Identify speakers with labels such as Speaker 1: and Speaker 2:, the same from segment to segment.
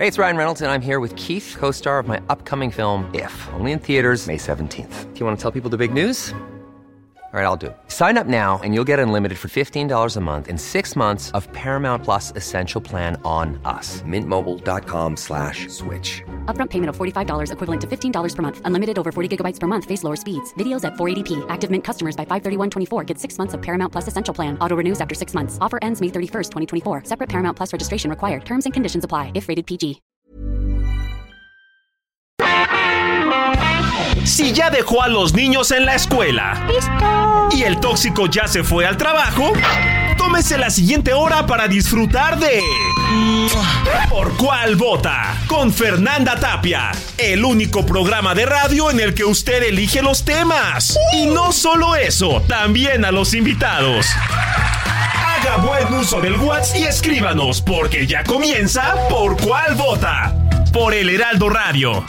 Speaker 1: Hey, it's Ryan Reynolds, and I'm here with Keith, co-star of my upcoming film, If, only in theaters May 17th. Do you want to tell people the big news? All right, I'll do it. Sign up now and you'll get unlimited for $15 a month and 6 months of Paramount Plus Essential Plan on us. MintMobile.com/switch.
Speaker 2: Upfront payment of $45 equivalent to $15 per month. Unlimited over 40 gigabytes per month. Face lower speeds. Videos at 480p. Active Mint customers by 531.24 get 6 months of Paramount Plus Essential Plan. Auto renews after 6 months. Offer ends May 31st, 2024. Separate Paramount Plus registration required. Terms and conditions apply if rated PG.
Speaker 3: Si ya dejó a los niños en la escuela y el tóxico ya se fue al trabajo, tómese la siguiente hora para disfrutar de ¿Por cuál vota? Con Fernanda Tapia, el único programa de radio en el que usted elige los temas. Y no solo eso, también a los invitados. Haga buen uso del WhatsApp y escríbanos, porque ya comienza ¿Por cuál vota? Por el Heraldo Radio.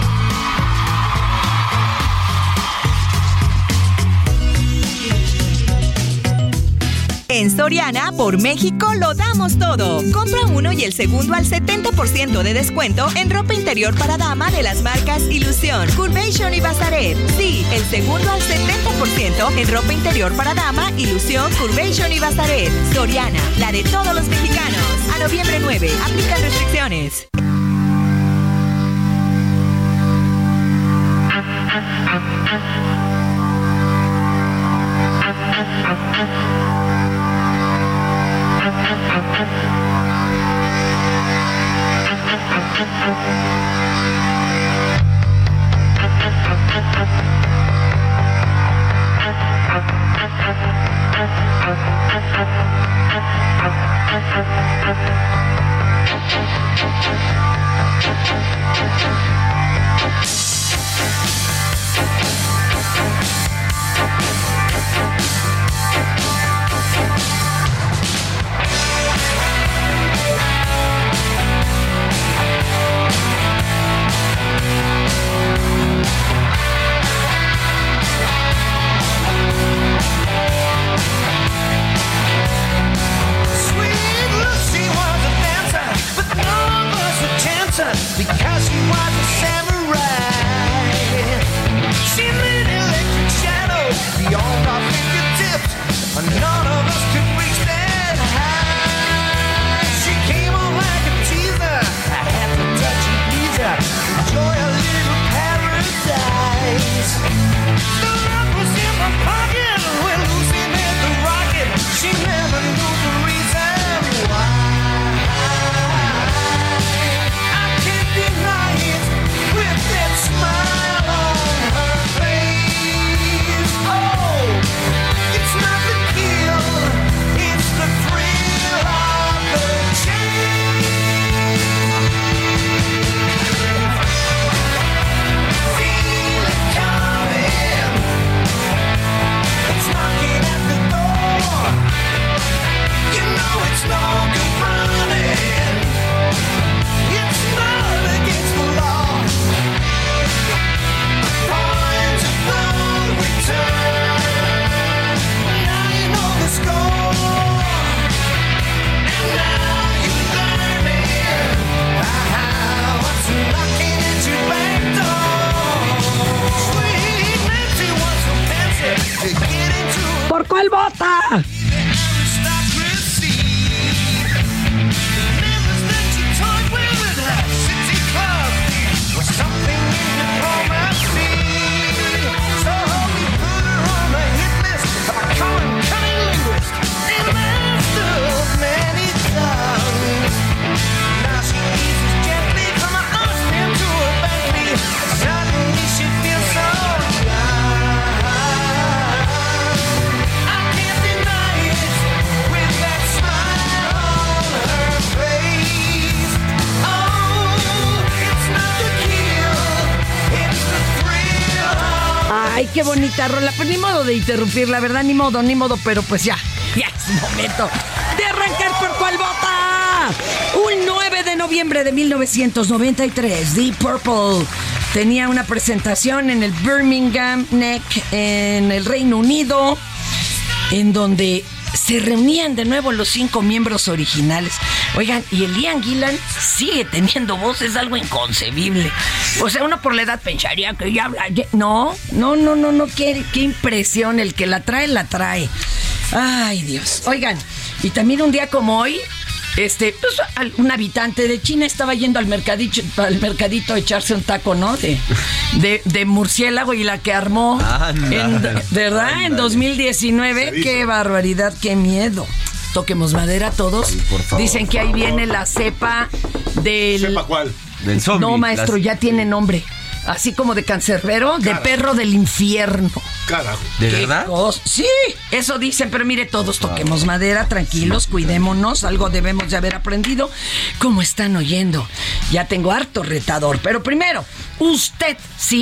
Speaker 4: En Soriana, por México, lo damos todo. Compra uno y el segundo al 70% de descuento en ropa interior para dama de las marcas Ilusión, Curvation y Bazaret. Sí, el segundo al 70% en ropa interior para dama, Ilusión, Curvation y Bazaret. Soriana, la de todos los mexicanos. A noviembre 9, aplican restricciones.
Speaker 5: ¿Por cuál vota? Ay, qué bonita rola. Pues ni modo de interrumpir, la verdad, ni modo, pero pues ya es momento de arrancar Por cuál vota. Un 9 de noviembre de 1993, Deep Purple tenía una presentación en el Birmingham Neck en el Reino Unido, en donde se reunían de nuevo los 5 miembros originales. Oigan, y el Ian Gillan sigue teniendo voz, es algo inconcebible. O sea, uno por la edad pensaría que ya habla... No, qué impresión, el que la trae. Ay, Dios. Oigan, y también un día como hoy, pues, un habitante de China estaba yendo al mercadito a echarse un taco, ¿no? De murciélago, y la que armó, ¿verdad? En 2019, qué barbaridad, qué miedo. Toquemos madera todos.
Speaker 6: Sí, por favor,
Speaker 5: dicen que ahí viene la cepa del...
Speaker 6: ¿Cepa cuál?
Speaker 7: Del zombie.
Speaker 5: No, maestro, ya tiene nombre. Así como de cancerbero, de perro del infierno.
Speaker 6: Carajo.
Speaker 7: ¿De verdad?
Speaker 5: Sí, eso dicen, pero mire, todos toquemos madera, tranquilos, cuidémonos, algo debemos de haber aprendido. ¿Cómo están oyendo? Ya tengo harto retador, pero primero, usted,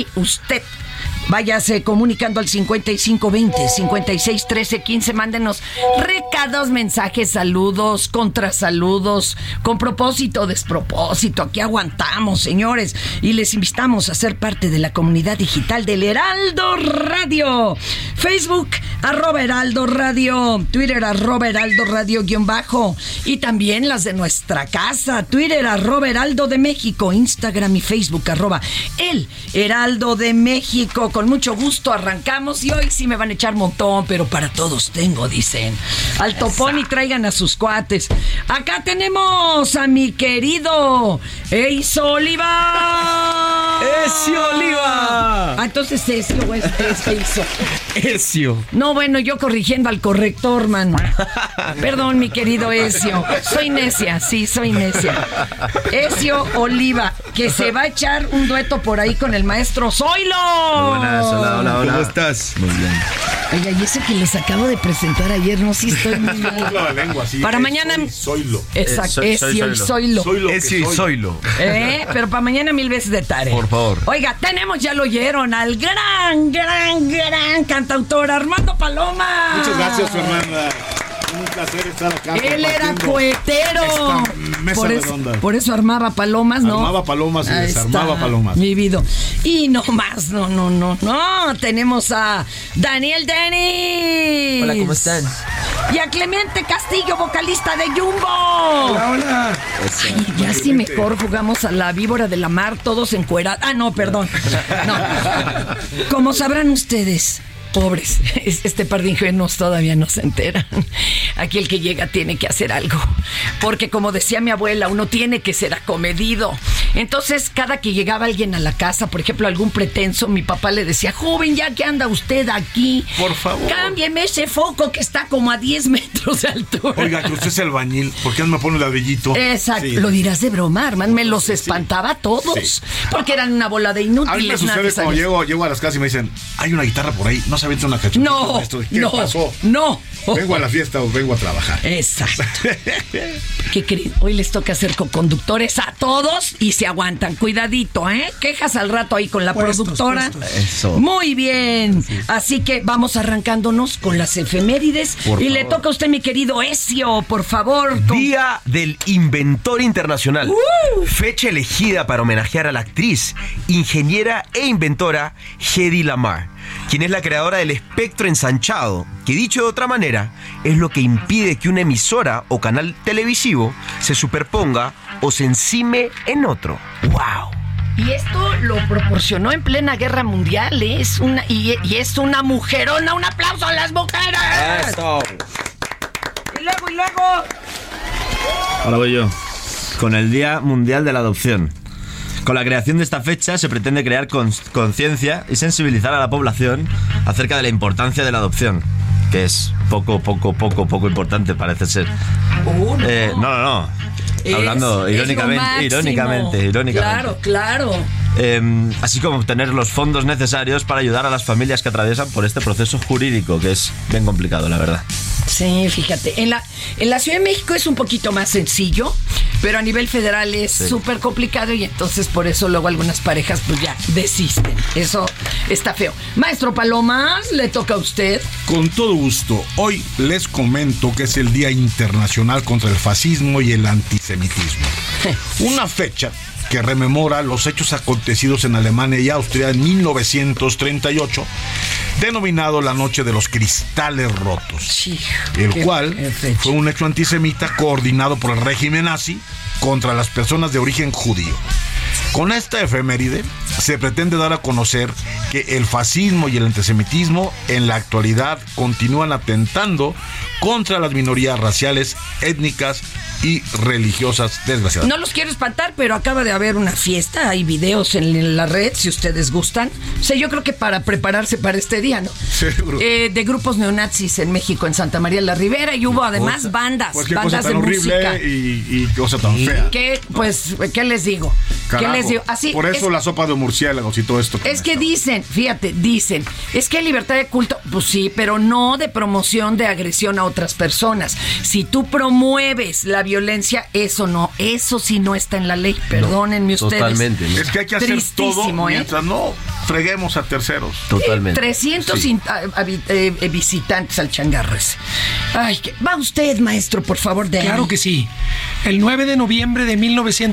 Speaker 5: váyase comunicando al 5520-561315. Mándenos recados, mensajes, saludos, contrasaludos, con propósito o despropósito. Aquí aguantamos, señores. Y les invitamos a ser parte de la comunidad digital del Heraldo Radio. Facebook, @Heraldo Radio. Twitter, @Heraldo Radio _ Y también las de nuestra casa. Twitter, @Heraldo de México. Instagram y Facebook, @El Heraldo de México. Con mucho gusto arrancamos, y hoy sí me van a echar montón, pero para todos tengo, dicen. Al topón y traigan a sus cuates. Acá tenemos a mi querido Ezio Oliva.
Speaker 7: ¡Ezio Oliva!
Speaker 5: Entonces Ezio o Ezio.
Speaker 7: Ezio.
Speaker 5: No, bueno, yo corrigiendo al corrector, man. Perdón, mi querido Ezio. Soy necia. Ezio Oliva, que se va a echar un dueto por ahí con el maestro Zoilo.
Speaker 7: Buenas, hola.
Speaker 6: ¿Cómo estás?
Speaker 7: Muy bien.
Speaker 5: Oiga, y ese que les acabo de presentar ayer, no, sí estoy muy mal.
Speaker 6: La lengua, sí.
Speaker 5: Para mañana...
Speaker 6: Zoilo.
Speaker 5: Exacto, Ezio y Zoilo.
Speaker 7: Ezio y Zoilo.
Speaker 5: Pero para mañana 1000 veces de tarea.
Speaker 7: Por favor.
Speaker 5: Oiga, tenemos, ya lo oyeron, al gran cantautor Armando Paloma.
Speaker 6: Muchas gracias, Fernanda. Un placer estar acá.
Speaker 5: Él era cohetero.
Speaker 6: Mesa redonda.
Speaker 5: Por eso armaba palomas, ¿no?
Speaker 6: Armaba palomas y desarmaba palomas.
Speaker 5: Mi vida. Y no más, no. Tenemos a Daniel Denis.
Speaker 7: Hola, ¿cómo están?
Speaker 5: Y a Clemente Castillo, vocalista de Jumbo.
Speaker 6: Hola.
Speaker 5: Ay, ya sí mejor jugamos a la víbora de la mar, todos encuerados. No, perdón. No. Como sabrán ustedes, pobres, este par de ingenuos todavía no se enteran. Aquí el que llega tiene que hacer algo, porque como decía mi abuela, uno tiene que ser acomedido. Entonces, cada que llegaba alguien a la casa, por ejemplo, algún pretenso, mi papá le decía: joven, ya que anda usted aquí,
Speaker 6: por favor,
Speaker 5: cámbieme ese foco que está como a 10 metros de altura.
Speaker 6: Oiga, que usted es albañil, ¿por qué no me pone un ladrillito?
Speaker 5: Exacto,
Speaker 6: sí.
Speaker 5: Lo dirás de broma, hermano, me los espantaba a todos, porque eran una bola de inútiles.
Speaker 6: A mí me sucede cuando llego a las casas y me dicen: hay una guitarra por ahí, no se avienta una cachorrita.
Speaker 5: No,
Speaker 6: ¿Qué pasó?
Speaker 5: No.
Speaker 6: ¿Vengo a la fiesta o vengo a trabajar?
Speaker 5: Exacto. ¿Qué creen? Hoy les toca ser coconductores a todos y se aguantan. Cuidadito, ¿eh? Quejas al rato ahí con la productora.
Speaker 7: Eso.
Speaker 5: Muy bien. Sí. Así que vamos arrancándonos con las efemérides. Y le toca a usted, mi querido Ezio, por favor.
Speaker 7: Día del Inventor Internacional. Fecha elegida para homenajear a la actriz, ingeniera e inventora Hedy Lamarr, quien es la creadora del espectro ensanchado, que dicho de otra manera, es lo que impide que una emisora o canal televisivo se superponga o se encime en otro. ¡Wow!
Speaker 5: Y esto lo proporcionó en plena guerra mundial, ¿eh? Es una mujerona. ¡Un aplauso a las mujeres!
Speaker 7: ¡Eso!
Speaker 5: Y luego...
Speaker 8: Ahora voy yo. Con el Día Mundial de la Adopción. Con la creación de esta fecha se pretende crear conciencia y sensibilizar a la población acerca de la importancia de la adopción, que es poco importante, parece ser. No. Hablando irónicamente.
Speaker 5: Claro.
Speaker 8: Así como obtener los fondos necesarios para ayudar a las familias que atraviesan por este proceso jurídico, que es bien complicado, la verdad.
Speaker 5: Sí, fíjate, en la Ciudad de México es un poquito más sencillo, pero a nivel federal es súper complicado, y entonces por eso luego algunas parejas pues ya desisten. Eso está feo. Maestro Palomas, le toca a usted.
Speaker 6: Con todo gusto. Hoy les comento que es el Día Internacional contra el Fascismo y el Antisemitismo. Una fecha que rememora los hechos acontecidos en Alemania y Austria en 1938, denominado la Noche de los Cristales Rotos,
Speaker 5: Sí,
Speaker 6: el cual fue un hecho antisemita coordinado por el régimen nazi contra las personas de origen judío. Con esta efeméride se pretende dar a conocer que el fascismo y el antisemitismo en la actualidad continúan atentando contra las minorías raciales, étnicas y religiosas, desgraciadamente.
Speaker 5: No los quiero espantar, pero acaba de haber una fiesta, hay videos en la red, si ustedes gustan. O sea, yo creo que para prepararse para este día, ¿no?
Speaker 6: Seguro.
Speaker 5: De grupos neonazis en México, en Santa María la Ribera, y hubo además bandas
Speaker 6: Pues qué cosa tan
Speaker 5: de música.
Speaker 6: horrible y cosa tan fea.
Speaker 5: ¿Qué les digo?
Speaker 6: Carajo,
Speaker 5: ¿Qué les digo? Así
Speaker 6: por eso la sopa de murciélagos y todo esto.
Speaker 5: Es que dicen, es que hay libertad de culto, pues sí, pero no de promoción de agresión a otras personas. Si tú promueves la violencia, eso sí no está en la ley, perdónenme ustedes.
Speaker 8: Totalmente. ¿No?
Speaker 6: Es que hay que hacer todo mientras no freguemos a terceros.
Speaker 8: Totalmente.
Speaker 5: 300 visitantes al changarro ese. Ay, va usted, maestro, por favor, de
Speaker 9: Claro
Speaker 5: ahí.
Speaker 9: que sí. El 9 de noviembre de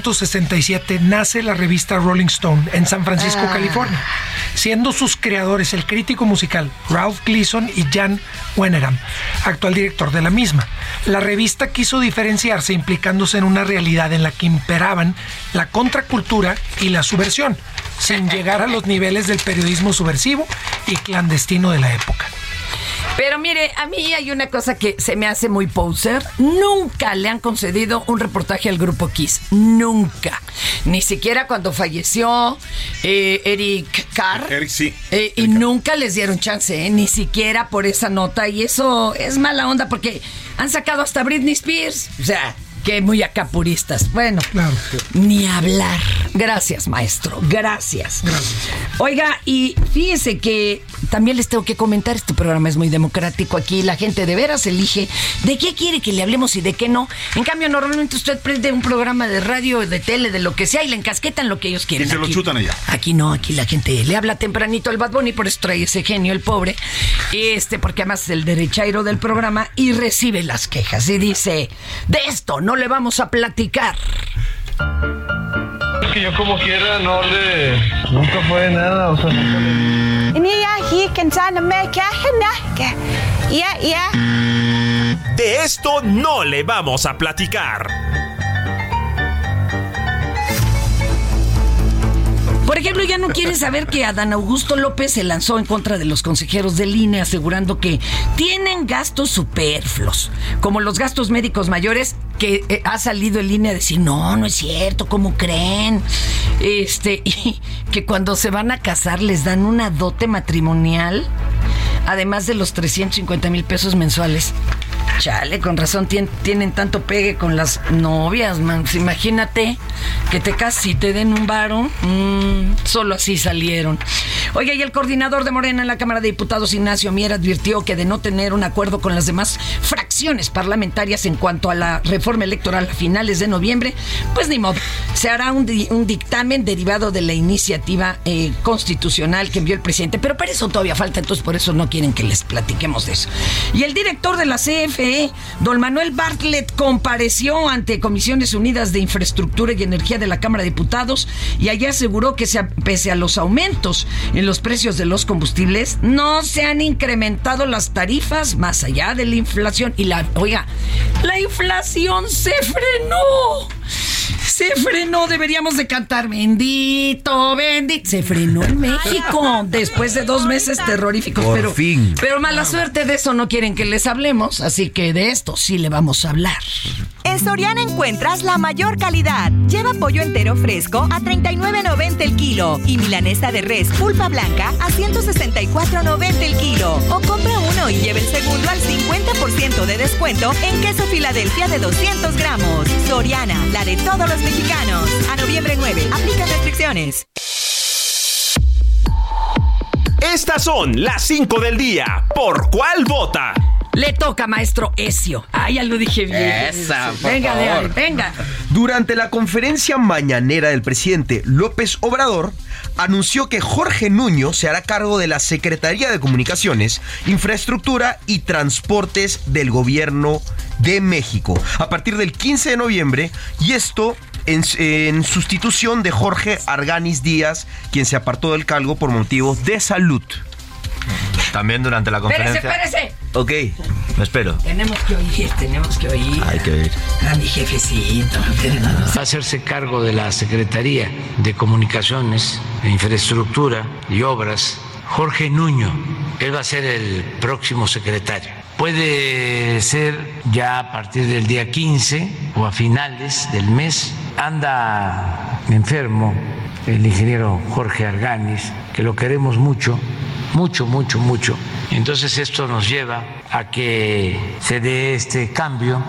Speaker 9: 1967 nace la revista Rolling Stone en San Francisco, California, siendo sus creadores el crítico musical Ralph Gleason y Jan Wenneram, actual director de la misma. La revista quiso diferenciarse implicándose en una realidad en la que imperaban la contracultura y la subversión, sin llegar a los niveles del periodismo subversivo y clandestino de la época.
Speaker 5: Pero mire, a mí hay una cosa que se me hace muy poser. Nunca le han concedido un reportaje al grupo Kiss. Nunca. Ni siquiera cuando falleció Eric Carr.
Speaker 6: Eric, sí.
Speaker 5: Y nunca les dieron chance, ni siquiera por esa nota. Y eso es mala onda porque han sacado hasta Britney Spears. O sea, que muy acá puristas. Bueno,
Speaker 9: Claro.
Speaker 5: ni hablar. Gracias, maestro. Gracias. Oiga, y fíjense que también les tengo que comentar, este programa es muy democrático aquí, la gente de veras elige de qué quiere que le hablemos y de qué no. En cambio, normalmente usted prende un programa de radio, de tele, de lo que sea y le encasquetan lo que ellos quieren.
Speaker 6: Y se lo chutan allá.
Speaker 5: Aquí no, aquí la gente le habla tempranito al Bad Bunny, por eso trae ese genio, el pobre, porque además es el derechairo del programa y recibe las quejas y dice, de esto no le vamos a platicar.
Speaker 10: Es que yo como quiera nunca fue nada, o sea, nunca
Speaker 3: De esto no le vamos a platicar.
Speaker 5: Por ejemplo, ya no quieren saber que Adán Augusto López se lanzó en contra de los consejeros del INE asegurando que tienen gastos superfluos, como los gastos médicos mayores, que ha salido el INE a decir, no es cierto, ¿cómo creen? Y que cuando se van a casar les dan una dote matrimonial, además de los 350,000 pesos mensuales. Chale, con razón tienen tanto pegue con las novias, man. Pues imagínate que te cases y te den un varo. Solo así salieron. Oiga, y el coordinador de Morena en la Cámara de Diputados, Ignacio Mier, advirtió que de no tener un acuerdo con las demás fracciones parlamentarias en cuanto a la reforma electoral a finales de noviembre, pues ni modo. Se hará un dictamen derivado de la iniciativa constitucional que envió el presidente. Pero para eso todavía falta, entonces por eso no quieren que les platiquemos de eso. Y el director de la CFE, don Manuel Bartlett, compareció ante Comisiones Unidas de Infraestructura y Energía de la Cámara de Diputados y allá aseguró que pese a los aumentos en los precios de los combustibles, no se han incrementado las tarifas más allá de la inflación. Y la inflación se frenó. Se frenó, deberíamos de cantar bendito, bendito. Se frenó en México después de 2 meses terroríficos.
Speaker 7: Por fin.
Speaker 5: Pero mala suerte, de eso no quieren que les hablemos, así que de esto sí le vamos a hablar.
Speaker 4: En Soriana encuentras la mayor calidad. Lleva pollo entero fresco a $39.90 el kilo y milanesa de res pulpa blanca a $164.90 el kilo. O compra uno y lleve el segundo al 50% de descuento en queso Filadelfia de 200 gramos. Soriana, la de todos los mexicanos. A noviembre 9, aplica restricciones.
Speaker 3: Estas son las 5 del día. ¿Por cuál vota?
Speaker 5: Le toca, maestro Ezio. Ah, ya lo dije bien.
Speaker 7: Esa, por
Speaker 5: venga,
Speaker 7: favor.
Speaker 5: de ahí, venga.
Speaker 7: Durante la conferencia mañanera del presidente López Obrador, anunció que Jorge Nuño se hará cargo de la Secretaría de Comunicaciones, Infraestructura y Transportes del Gobierno de México a partir del 15 de noviembre, y esto en sustitución de Jorge Arganis Díaz, quien se apartó del cargo por motivos de salud.
Speaker 8: También durante la conferencia...
Speaker 5: Espérese.
Speaker 7: Ok, me espero.
Speaker 5: Tenemos que oír.
Speaker 7: Hay que oír.
Speaker 5: A mi jefecito.
Speaker 11: Va a hacerse cargo de la Secretaría de Comunicaciones, Infraestructura y Obras, Jorge Nuño. Él va a ser el próximo secretario. Puede ser ya a partir del día 15 o a finales del mes. Anda enfermo el ingeniero Jorge Arganis, que lo queremos mucho. Entonces esto nos lleva a que se dé este cambio.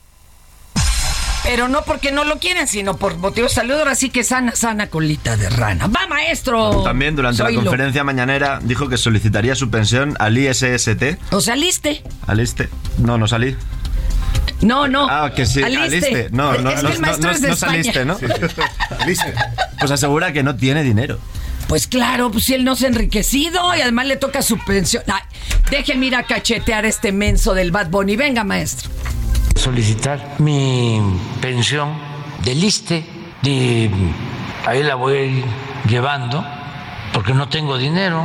Speaker 5: Pero no porque no lo quieren, sino por motivos de salud. Ahora sí que sana colita de rana. ¡Va, maestro!
Speaker 8: También durante la conferencia mañanera dijo que solicitaría su pensión al ISST.
Speaker 5: ¿O saliste?
Speaker 8: ¿Aliste? No salí.
Speaker 5: No.
Speaker 8: Ah, que sí, aliste. No
Speaker 5: saliste,
Speaker 8: ¿no?
Speaker 6: Sí. Aliste.
Speaker 8: Pues asegura que no tiene dinero.
Speaker 5: Pues claro, pues si él no se ha enriquecido y además le toca su pensión. Ay, déjeme ir a cachetear a este menso del Bad Bunny. Venga, maestro.
Speaker 11: Solicitar mi pensión del ISSSTE y ahí la voy a ir llevando porque no tengo dinero.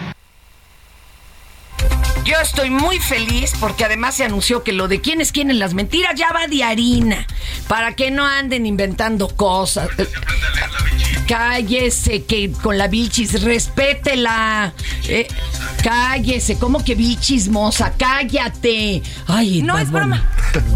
Speaker 5: Yo estoy muy feliz porque además se anunció que lo de quién es quién en las mentiras ya va de harina, para que no anden inventando cosas. Cállese, que con la bichis, respétela. Cállese, ¿cómo que bichismosa? Cállate. Ay, no es broma.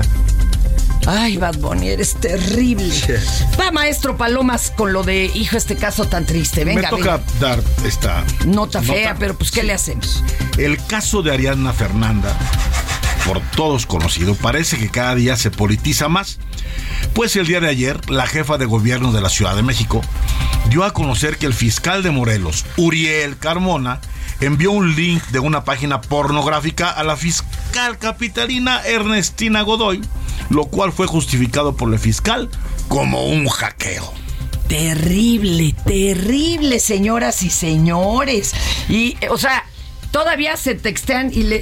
Speaker 5: Ay, Bad Bunny, eres terrible. Va, maestro Palomas, con lo de, hijo, este caso tan triste. Venga,
Speaker 6: me toca dar esta
Speaker 5: nota fea, pero pues, ¿qué le hacemos?
Speaker 6: El caso de Ariadna Fernanda, por todos conocido, parece que cada día se politiza más. Pues el día de ayer, la jefa de gobierno de la Ciudad de México dio a conocer que el fiscal de Morelos, Uriel Carmona, envió un link de una página pornográfica a la fiscal capitalina Ernestina Godoy, lo cual fue justificado por el fiscal como un hackeo.
Speaker 5: Terrible, señoras y señores. Y, o sea, todavía se textean y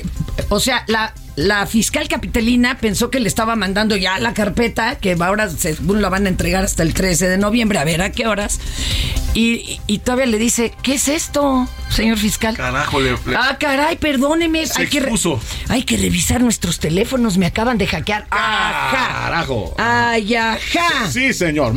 Speaker 5: la fiscal capitalina pensó que le estaba mandando ya la carpeta, que ahora según la van a entregar hasta el 13 de noviembre, a ver a qué horas. Y todavía le dice, ¿qué es esto, señor fiscal?
Speaker 6: Carajo,
Speaker 5: caray, perdóneme. Hay que revisar nuestros teléfonos, me acaban de hackear. ¡Ajá!
Speaker 6: Carajo.
Speaker 5: ¡Ay, ajá!
Speaker 6: Sí, señor.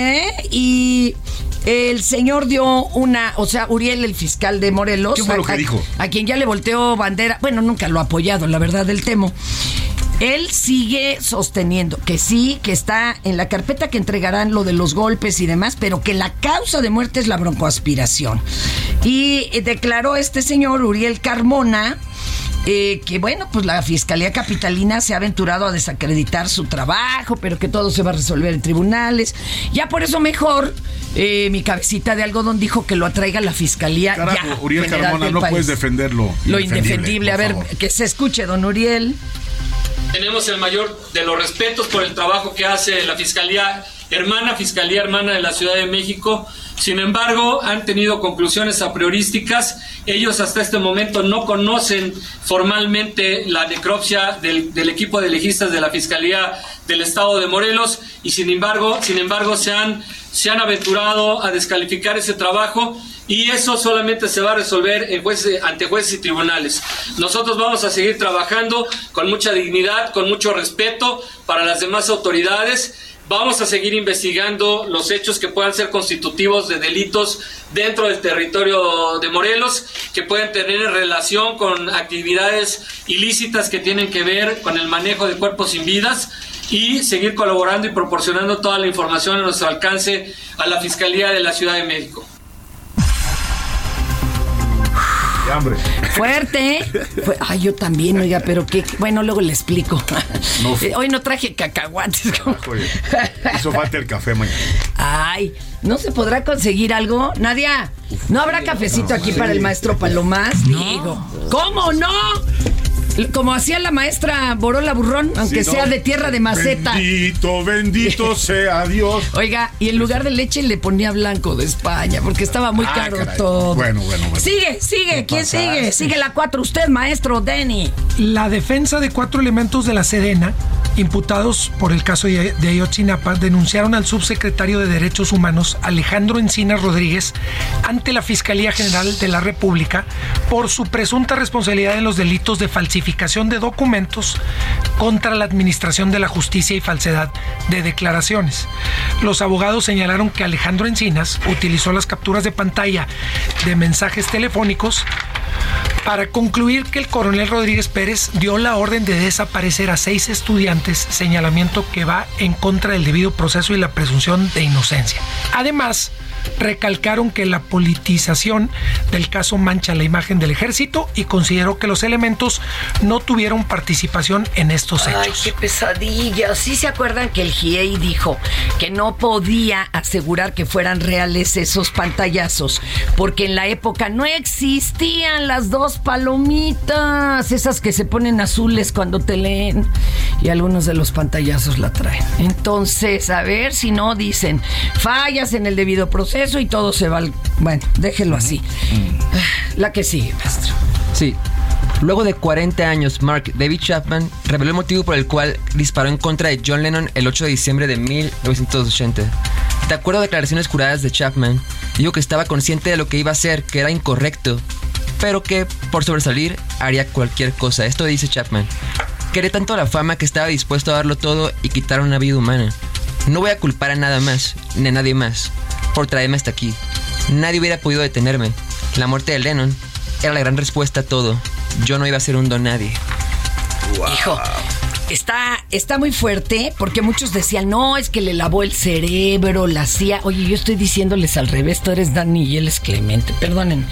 Speaker 5: Y el señor dio Uriel, el fiscal de Morelos.
Speaker 6: ¿Qué fue lo que dijo?
Speaker 5: A quien ya le volteó bandera. Bueno, nunca lo ha apoyado, la verdad, del tema. Él sigue sosteniendo que sí, que está en la carpeta que entregarán lo de los golpes y demás, pero que la causa de muerte es la broncoaspiración. Y declaró este señor Uriel Carmona que bueno, pues la Fiscalía Capitalina se ha aventurado a desacreditar su trabajo, pero que todo se va a resolver en tribunales. Ya por eso mejor mi cabecita de algodón dijo que lo atraiga la Fiscalía.
Speaker 6: Carajo,
Speaker 5: ya,
Speaker 6: Uriel Carmona, no puedes defenderlo.
Speaker 5: Lo indefendible. A ver,
Speaker 6: favor,
Speaker 5: que se escuche, don Uriel.
Speaker 12: Tenemos el mayor de los respetos por el trabajo que hace la Fiscalía Hermana de la Ciudad de México. Sin embargo, han tenido conclusiones a priorísticas. Ellos hasta este momento no conocen formalmente la necropsia del equipo de legistas de la Fiscalía del Estado de Morelos y sin embargo se han aventurado a descalificar ese trabajo. Y eso solamente se va a resolver ante jueces y tribunales. Nosotros vamos a seguir trabajando con mucha dignidad, con mucho respeto para las demás autoridades. Vamos a seguir investigando los hechos que puedan ser constitutivos de delitos dentro del territorio de Morelos, que pueden tener relación con actividades ilícitas que tienen que ver con el manejo de cuerpos sin vidas, y seguir colaborando y proporcionando toda la información a nuestro alcance a la Fiscalía de la Ciudad de México.
Speaker 6: Hambre.
Speaker 5: Fuerte, ¿eh? Ay, yo también, oiga, pero qué. Bueno, luego le explico.
Speaker 6: No.
Speaker 5: Hoy no traje cacahuates.
Speaker 6: Oye, hizo falta el café mañana.
Speaker 5: Ay, ¿no se podrá conseguir algo? Nadia, ¿no habrá cafecito aquí para el maestro Palomás? No. Digo, ¿cómo no? Como hacía la maestra Borola Burrón, aunque sea de tierra de maceta.
Speaker 6: Bendito sea Dios.
Speaker 5: Oiga, y en lugar de leche le ponía blanco de España, porque estaba muy caro todo.
Speaker 6: Bueno.
Speaker 5: Sigue. ¿Quién sigue? Sigue la 4, usted, maestro Denny.
Speaker 9: La defensa de 4 elementos de la Sedena imputados por el caso de Ayotzinapa, denunciaron al subsecretario de Derechos Humanos, Alejandro Encinas Rodríguez, ante la Fiscalía General de la República por su presunta responsabilidad en los delitos de falsificación de documentos contra la administración de la justicia y falsedad de declaraciones. Los abogados señalaron que Alejandro Encinas utilizó las capturas de pantalla de mensajes telefónicos para concluir que el coronel Rodríguez Pérez dio la orden de desaparecer a 6 estudiantes, señalamiento que va en contra del debido proceso y la presunción de inocencia. Además, recalcaron que la politización del caso mancha la imagen del ejército y consideró que los elementos no tuvieron participación en estos hechos.
Speaker 5: Ay, qué pesadilla. ¿Sí se acuerdan que el GIEI dijo que no podía asegurar que fueran reales esos pantallazos? Porque en la época no existían las 2 palomitas, esas que se ponen azules cuando te leen, y algunos de los pantallazos la traen. Entonces, a ver si no dicen fallas en el debido proceso y todo se va al... Bueno, déjelo así. La que sigue, maestro.
Speaker 13: Sí. Luego de 40 años, Mark David Chapman reveló el motivo por el cual disparó en contra de John Lennon el 8 de diciembre de 1980. De acuerdo a declaraciones juradas de Chapman, dijo que estaba consciente de lo que iba a hacer, que era incorrecto, pero que, por sobresalir, haría cualquier cosa. Esto dice Chapman. Quería tanto la fama que estaba dispuesto a darlo todo y quitar una vida humana. No voy a culpar a nada más, ni a nadie más, por traerme hasta aquí. Nadie hubiera podido detenerme. La muerte de Lennon era la gran respuesta a todo. Yo no iba a ser un don nadie.
Speaker 5: Wow. Hijo, está muy fuerte, porque muchos decían, no, es que le lavó el cerebro, la CIA. Oye, yo estoy diciéndoles al revés, tú eres Dani y él es Clemente, perdonen.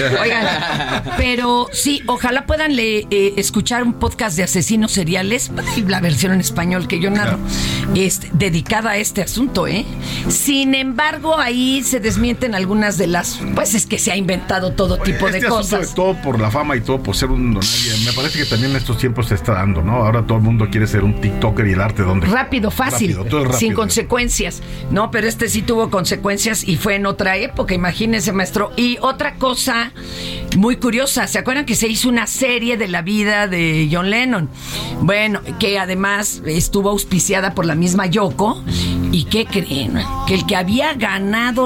Speaker 5: Oigan, pero sí, ojalá puedan escuchar un podcast de asesinos seriales, la versión en español que yo narro, dedicada a este asunto, ¿eh? Sin embargo, ahí se desmienten algunas de las, pues es que se ha inventado todo tipo de cosas.
Speaker 6: De todo por la fama y todo por ser un nadie. Me parece que también en estos tiempos se está dando, ¿no? Ahora todo el mundo quiere ser un TikToker y el arte donde...
Speaker 5: Rápido, fácil,
Speaker 6: rápido.
Speaker 5: Sin consecuencias. No, pero este sí tuvo consecuencias y fue en otra época, imagínense, maestro. Y otra cosa muy curiosa, ¿se acuerdan que se hizo una serie de la vida de John Lennon? Bueno, que además estuvo auspiciada por la misma Yoko. ¿Y qué creen? Que el que había ganado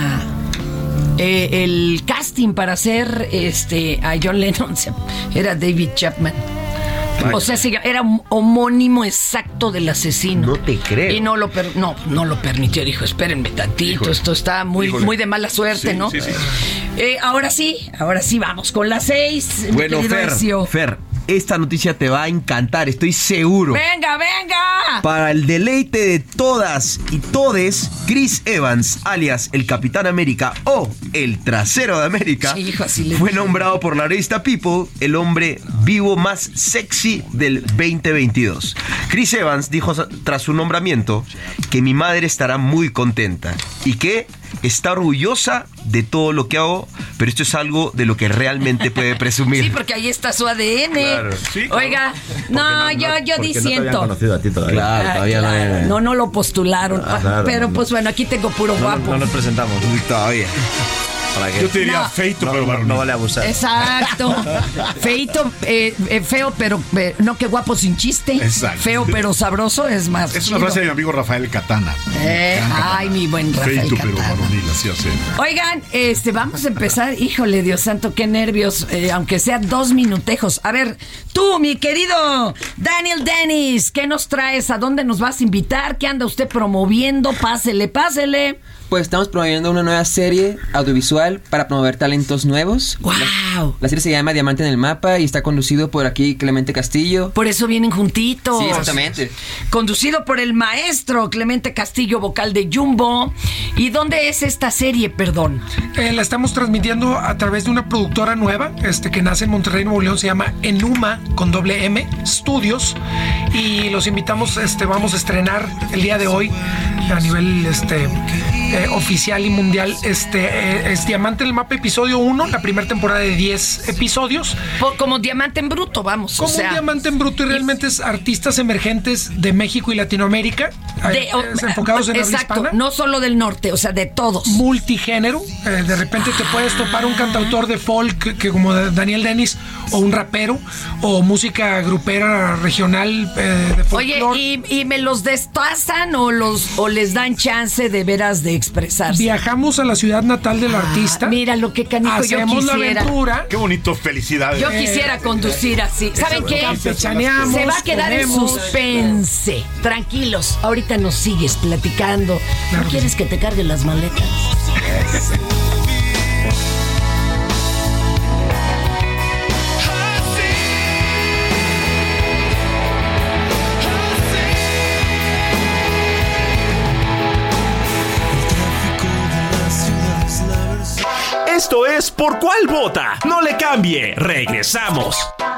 Speaker 5: el casting para hacer a John Lennon era David Chapman. O sea, era un homónimo exacto del asesino.
Speaker 7: No te creo.
Speaker 5: Y no lo permitió. Dijo, espérenme tantito, esto está muy de mala suerte, sí, ¿no? Sí. Ahora sí, vamos con las 6.
Speaker 7: Bueno, Fer, esta noticia te va a encantar, estoy seguro.
Speaker 5: ¡Venga!
Speaker 7: Para el deleite de todas y todes, Chris Evans, alias el Capitán América o el Trasero de América, fue nombrado por la revista People el hombre vivo más sexy del 2022. Chris Evans dijo tras su nombramiento que mi madre estará muy contenta y que está orgullosa de todo lo que hago, pero esto es algo de lo que realmente puede presumir.
Speaker 5: Sí, porque ahí está su ADN. Claro. Sí, claro. Oiga, yo disiento.
Speaker 8: No te habían conocido a ti todavía.
Speaker 7: Claro, todavía
Speaker 5: no lo postularon.
Speaker 8: Claro,
Speaker 5: pero pues bueno, aquí tengo puro guapo.
Speaker 8: No nos presentamos.
Speaker 7: Todavía.
Speaker 6: Yo te diría feito, pero varonil.
Speaker 8: No vale abusar.
Speaker 5: Exacto. Feito, feo, pero no, que guapo sin chiste. Exacto. Feo, pero sabroso es más.
Speaker 6: Es una frase de mi amigo Rafael Catana.
Speaker 5: Ay, mi buen Rafael
Speaker 6: Feito,
Speaker 5: Catana.
Speaker 6: pero varonil, así hace.
Speaker 5: Oigan, vamos a empezar. Híjole, Dios santo, qué nervios. Aunque sea 2 minutejos. A ver, tú, mi querido Daniel Dennis, ¿qué nos traes? ¿A dónde nos vas a invitar? ¿Qué anda usted promoviendo? Pásele.
Speaker 13: Pues estamos promoviendo una nueva serie audiovisual para promover talentos nuevos.
Speaker 5: ¡Wow!
Speaker 13: La serie se llama Diamante en el Mapa y está conducido por aquí Clemente Castillo.
Speaker 5: Por eso vienen juntitos.
Speaker 13: Sí, exactamente.
Speaker 5: Conducido por el maestro Clemente Castillo, vocal de Jumbo. ¿Y dónde es esta serie, perdón?
Speaker 9: La estamos transmitiendo a través de una productora nueva que nace en Monterrey, Nuevo León. Se llama Enuma, con doble M, Studios. Y los invitamos, vamos a estrenar el día de hoy a nivel oficial y mundial. Es Diamante en el Mapa episodio 1, la primera temporada de 10 episodios.
Speaker 5: Como Diamante en Bruto, vamos.
Speaker 9: Como un Diamante en Bruto, y realmente es artistas emergentes de México y Latinoamérica, enfocados en habla hispana.
Speaker 5: No solo del norte, o sea, de todos.
Speaker 9: Multigénero. De repente te puedes topar un cantautor de folk que como Daniel Dennis, o un rapero, o música grupera regional de folclore.
Speaker 5: Oye, ¿y me los destazan o les dan chance de veras de expresarse?
Speaker 9: Viajamos a la ciudad natal del artista.
Speaker 5: Mira lo que canijo yo quisiera.
Speaker 9: Hacemos la aventura.
Speaker 6: Qué bonito, felicidades.
Speaker 5: Yo quisiera conducir así. ¿Saben qué?
Speaker 9: Campechaneamos,
Speaker 5: Se va a quedar en suspense. Tranquilos, ahorita nos sigues platicando. ¿No quieres que te cargue las maletas?
Speaker 3: Esto es Por Cuál Vota. No le cambie. Regresamos.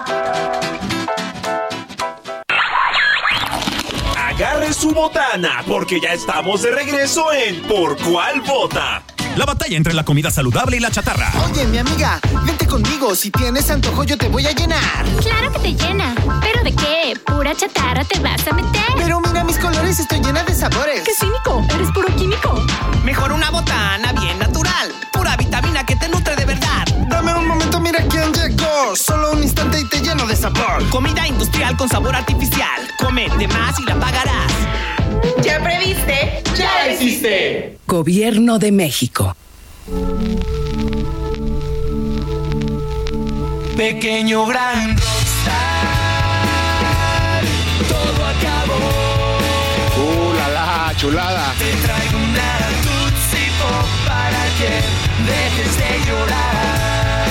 Speaker 3: Agarre su botana, porque ya estamos de regreso en Por Cuál Vota. La batalla entre la comida saludable y la chatarra.
Speaker 14: Oye, mi amiga, vente conmigo. Si tienes antojo, yo te voy a llenar.
Speaker 15: Claro que te llena. ¿Pero de qué? ¿Pura chatarra te vas a meter?
Speaker 14: Pero mira mis colores, estoy llena de sabores.
Speaker 15: ¡Qué cínico! Eres puro químico.
Speaker 14: Mejor una botana bien natural. Pura vitamina que te nutre de verdad. Dame un momento, mira quién llegó. Solo un instante y te lleno de sabor. Comida industrial con sabor artificial. Come de más y la pagarás.
Speaker 15: ¿Ya previste?
Speaker 14: ¡Ya la hiciste!
Speaker 5: Gobierno de México.
Speaker 14: Pequeño gran rockstar, todo acabó.
Speaker 6: La chulada.
Speaker 14: Te traigo una Tootsie Pop para que dejes de llorar.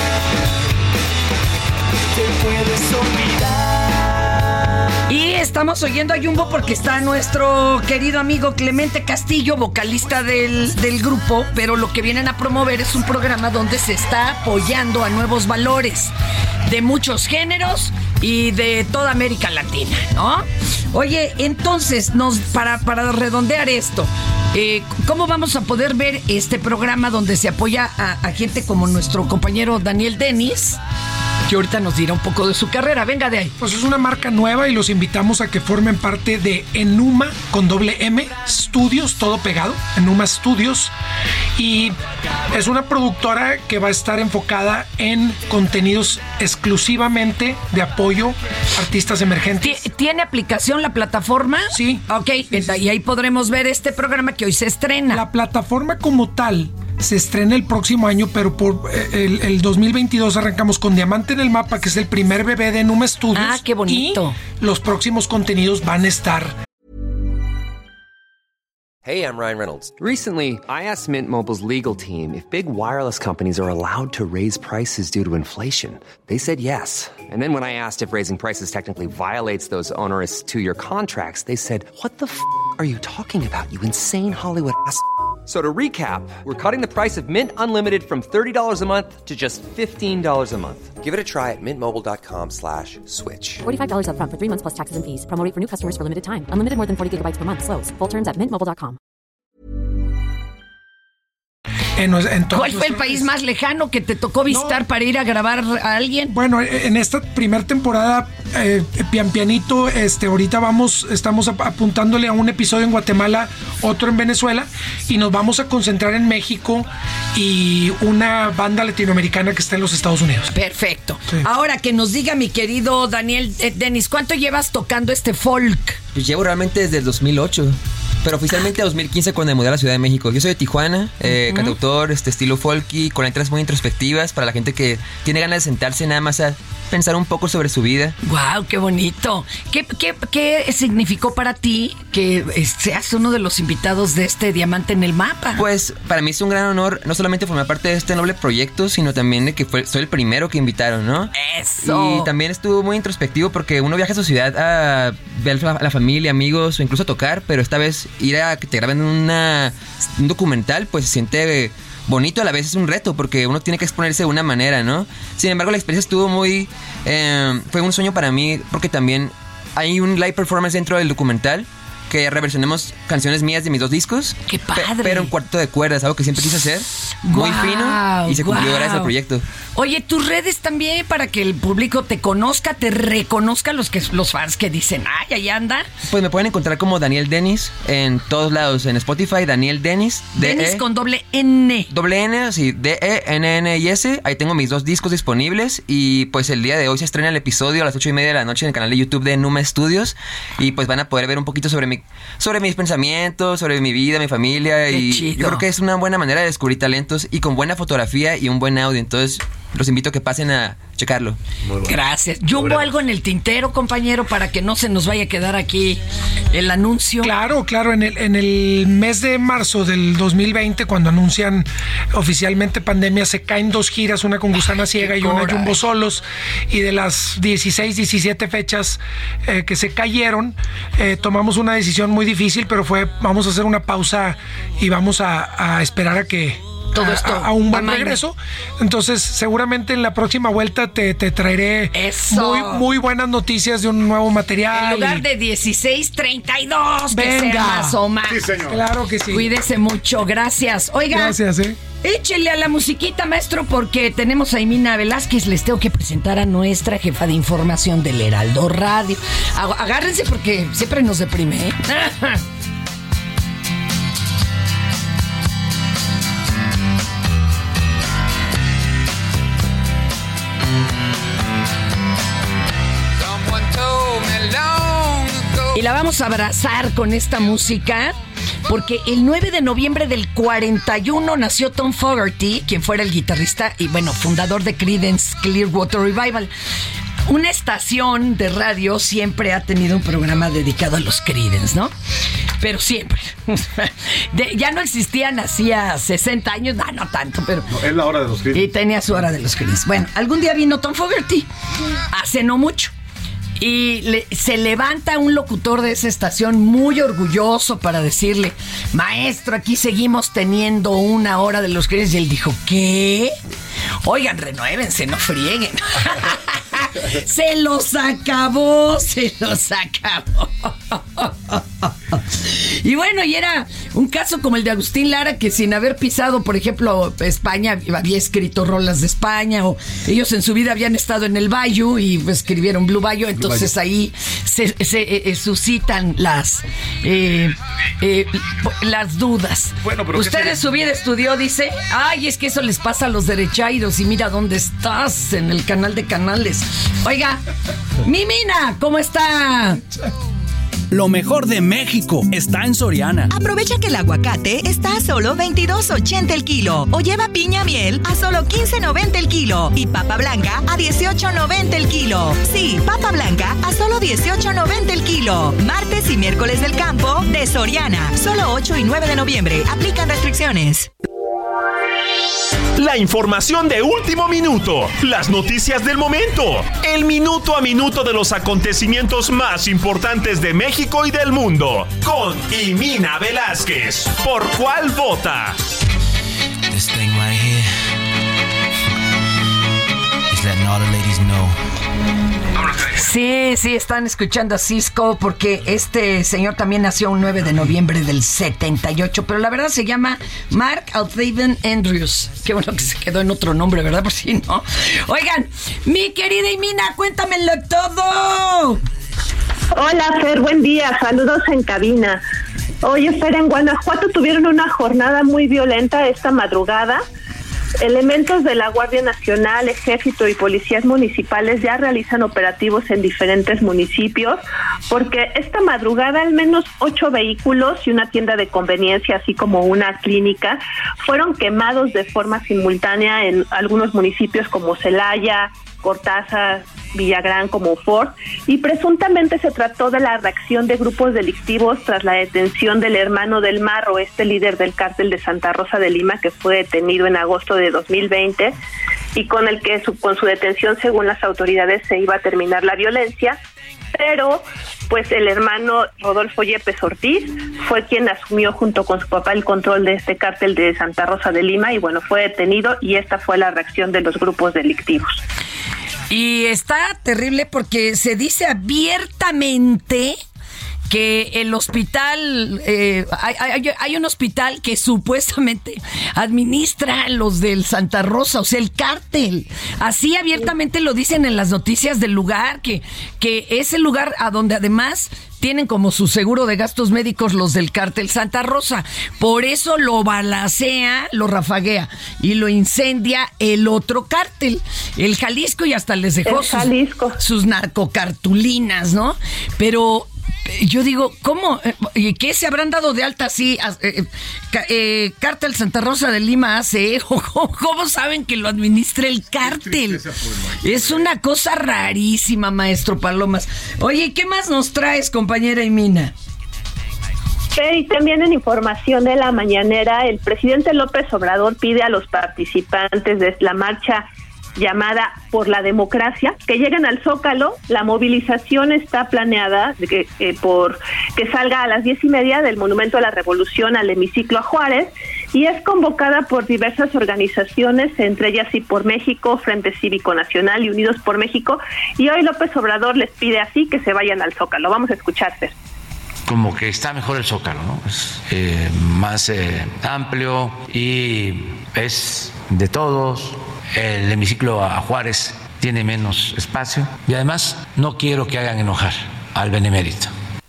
Speaker 14: Te puedes olvidar.
Speaker 5: Y estamos oyendo a Jumbo porque está nuestro querido amigo Clemente Castillo, vocalista del grupo, pero lo que vienen a promover es un programa donde se está apoyando a nuevos valores de muchos géneros y de toda América Latina, ¿no? Oye, entonces, para redondear esto, ¿cómo vamos a poder ver este programa donde se apoya a gente como nuestro compañero Daniel Dennis, que ahorita nos dirá un poco de su carrera? Venga de ahí.
Speaker 9: Pues es una marca nueva y los invitamos a que formen parte de Enuma, con doble M, Studios, todo pegado, Enuma Studios. Y es una productora que va a estar enfocada en contenidos exclusivamente de apoyo a artistas emergentes.
Speaker 5: ¿Tiene aplicación la plataforma?
Speaker 9: Sí.
Speaker 5: Ok, y ahí podremos ver este programa que hoy se estrena.
Speaker 9: La plataforma como tal se estrena el próximo año, pero por el 2022 arrancamos con Diamante en el Mapa, que es el primer bebé de Enuma Studios.
Speaker 5: Ah, qué bonito.
Speaker 9: Y los próximos contenidos van a estar.
Speaker 1: Hey, I'm Ryan Reynolds. Recently, I asked Mint Mobile's legal team if big wireless companies are allowed to raise prices due to inflation. They said yes. And then when I asked if raising prices technically violates those onerous two-year contracts, they said, "What the f*** are you talking about, you insane Hollywood ass?" So to recap, we're cutting the price of Mint Unlimited from $30 a month to just $15 a month. Give it a try at mintmobile.com/switch.
Speaker 2: $45 up front for 3 months plus taxes and fees. Promo rate for new customers for limited time. Unlimited more than 40 gigabytes per month. Slows full terms at mintmobile.com.
Speaker 5: ¿Cuál fue el país más lejano que te tocó visitar para ir a grabar a alguien?
Speaker 9: Bueno, en esta primera temporada, pian pianito, ahorita estamos apuntándole a un episodio en Guatemala, otro en Venezuela, y nos vamos a concentrar en México y una banda latinoamericana que está en los Estados Unidos.
Speaker 5: Perfecto. Sí. Ahora que nos diga mi querido Daniel Dennis, ¿cuánto llevas tocando este folk?
Speaker 13: Pues llevo realmente desde el 2008. Pero oficialmente 2015 cuando me mudé a la Ciudad de México. Yo soy de Tijuana, cantautor, estilo folky, con letras muy introspectivas para la gente que tiene ganas de sentarse nada más a pensar un poco sobre su vida.
Speaker 5: ¡Wow! ¡Qué bonito! ¿Qué significó para ti que seas uno de los invitados de este Diamante en el Mapa?
Speaker 13: Pues para mí es un gran honor no solamente formar parte de este noble proyecto, sino también de que soy el primero que invitaron, ¿no?
Speaker 5: ¡Eso!
Speaker 13: Y también estuvo muy introspectivo porque uno viaja a su ciudad a ver a la familia, amigos o incluso a tocar, pero esta vez ir a que te graben un documental, pues se siente bonito, a la vez es un reto porque uno tiene que exponerse de una manera, ¿no? Sin embargo, la experiencia estuvo fue un sueño para mí porque también hay un live performance dentro del documental que reversionemos canciones mías de mis 2 discos.
Speaker 5: ¡Qué padre!
Speaker 13: Pero en cuarto de cuerdas, algo que siempre quise hacer. Muy fino, y se cumplió gracias al proyecto.
Speaker 5: Oye, tus redes también para que el público te conozca, te reconozca, los fans que dicen, ¡ay, ahí anda!
Speaker 13: Pues me pueden encontrar como Daniel Dennis en todos lados, en Spotify, Daniel Dennis.
Speaker 5: Dennis con doble N.
Speaker 13: Doble N, sí, D-E-N-N-I-S. Ahí tengo mis 2 discos disponibles y pues el día de hoy se estrena el episodio a las 8:30 de la noche en el canal de YouTube de Numa Studios y pues van a poder ver un poquito sobre mis pensamientos, sobre mi vida, mi familia.
Speaker 5: Qué
Speaker 13: y
Speaker 5: chido.
Speaker 13: yo creo que es una buena manera de descubrir talentos y con buena fotografía y un buen audio. Entonces los invito a que pasen a checarlo.
Speaker 5: Gracias. Yo hubo algo en el tintero, compañero, para que no se nos vaya a quedar aquí el anuncio.
Speaker 9: Claro, en el mes de marzo del 2020, cuando anuncian oficialmente pandemia, se caen 2 giras, una con Gusana Ciega y una Jumbo Solos, y de las 16, 17 fechas que se cayeron, tomamos una decisión muy difícil, pero vamos a hacer una pausa y vamos a esperar a que todo esto a un buen regreso. Entonces seguramente en la próxima vuelta te traeré muy buenas noticias de un nuevo material.
Speaker 5: En lugar de 16:32, que sea más o más.
Speaker 9: Sí, señor. Claro que sí.
Speaker 5: Cuídese mucho, gracias. Oiga,
Speaker 9: gracias,
Speaker 5: échele a la musiquita, maestro, porque tenemos a Imina Velázquez. Les tengo que presentar a nuestra jefa de información del Heraldo Radio. Agárrense porque siempre nos deprime, ¿eh? Y la vamos a abrazar con esta música porque el 9 de noviembre del 41 nació Tom Fogerty, quien fuera el guitarrista y fundador de Creedence Clearwater Revival. Una estación de radio siempre ha tenido un programa dedicado a los Creedence, ¿no? Pero siempre. Ya no existían hacía 60 años, no tanto, pero...
Speaker 6: No, es la hora de los Creedence.
Speaker 5: Y tenía su hora de los Creedence. Bueno, algún día vino Tom Fogerty, hace no mucho. Y se levanta un locutor de esa estación muy orgulloso para decirle: maestro, aquí seguimos teniendo 1 hora de los Creedence. Y él dijo: ¿qué? Oigan, renuévense, no frieguen. Se los acabó. Y bueno, y era un caso como el de Agustín Lara, que sin haber pisado, por ejemplo, España, había escrito rolas de España, o ellos en su vida habían estado en el Bayou y escribieron Blue Bayou. Entonces ahí se suscitan las dudas.
Speaker 6: Bueno, pero
Speaker 5: usted en su vida estudió, dice: ay, es que eso les pasa a los derechairos, y mira dónde estás, en el canal de canales. Oiga, mi Mina, ¿cómo está?
Speaker 16: Lo mejor de México está en Soriana.
Speaker 4: Aprovecha que el aguacate está a solo $22.80 el kilo. O lleva piña miel a solo $15.90 el kilo. Y papa blanca a $18.90 el kilo. Sí, papa blanca a solo $18.90 el kilo. Martes y miércoles del campo de Soriana. Solo 8 y 9 de noviembre. Aplican restricciones.
Speaker 3: La información de último minuto, las noticias del momento, el minuto a minuto de los acontecimientos más importantes de México y del mundo, con Imina Velázquez. ¿Por cuál vota?
Speaker 17: This thing right here is letting all the ladies know.
Speaker 5: Sí, están escuchando a Cisco, porque este señor también nació un 9 de noviembre del 78, pero la verdad se llama Mark Altavian Andrews. Qué bueno que se quedó en otro nombre, ¿verdad? Por si no. Oigan, mi querida Imina, cuéntamelo todo.
Speaker 18: Hola, Fer, buen día, saludos en cabina. Oye, Fer, en Guanajuato tuvieron una jornada muy violenta esta madrugada. Elementos de la Guardia Nacional, Ejército y policías municipales ya realizan operativos en diferentes municipios, porque esta madrugada al menos 8 vehículos y una tienda de conveniencia, así como una clínica, fueron quemados de forma simultánea en algunos municipios como Celaya, Cortázar, Villagrán, como Ford, y presuntamente se trató de la reacción de grupos delictivos tras la detención del hermano del Marro, este líder del cártel de Santa Rosa de Lima, que fue detenido en agosto de 2020 y con el que con su detención, según las autoridades, se iba a terminar la violencia. Pero pues el hermano Rodolfo Yepes Ortiz fue quien asumió junto con su papá el control de este cártel de Santa Rosa de Lima y bueno, fue detenido, y esta fue la reacción de los grupos delictivos.
Speaker 5: Y está terrible porque se dice abiertamente que el hospital, hay un hospital que supuestamente administra los del Santa Rosa, o sea, el cártel. Así abiertamente lo dicen en las noticias del lugar, que es el lugar a donde además tienen como su seguro de gastos médicos los del cártel Santa Rosa. Por eso lo balacea, lo rafaguea y lo incendia el otro cártel, el Jalisco, y hasta les dejó sus narcocartulinas, ¿no? Pero yo digo, ¿cómo? ¿Y qué se habrán dado de alta así? Cártel Santa Rosa de Lima hace, ¿cómo saben que lo administra el cártel? Es una cosa rarísima, maestro Palomas. Oye, ¿qué más nos traes, compañera Imina?
Speaker 18: Y también en información de la mañanera, el presidente López Obrador pide a los participantes de la marcha llamada Por la Democracia que lleguen al Zócalo. La movilización está planeada por que salga a las 10:30 del Monumento a la Revolución al hemiciclo a Juárez, y es convocada por diversas organizaciones, entre ellas Sí por México, Frente Cívico Nacional y Unidos por México, y hoy López Obrador les pide así que se vayan al Zócalo. Vamos a escuchar, Fer.
Speaker 11: Como que está mejor el Zócalo, ¿no? Es más amplio y es de todos. El hemiciclo a Juárez tiene menos espacio y además no quiero que hagan enojar al benemérito.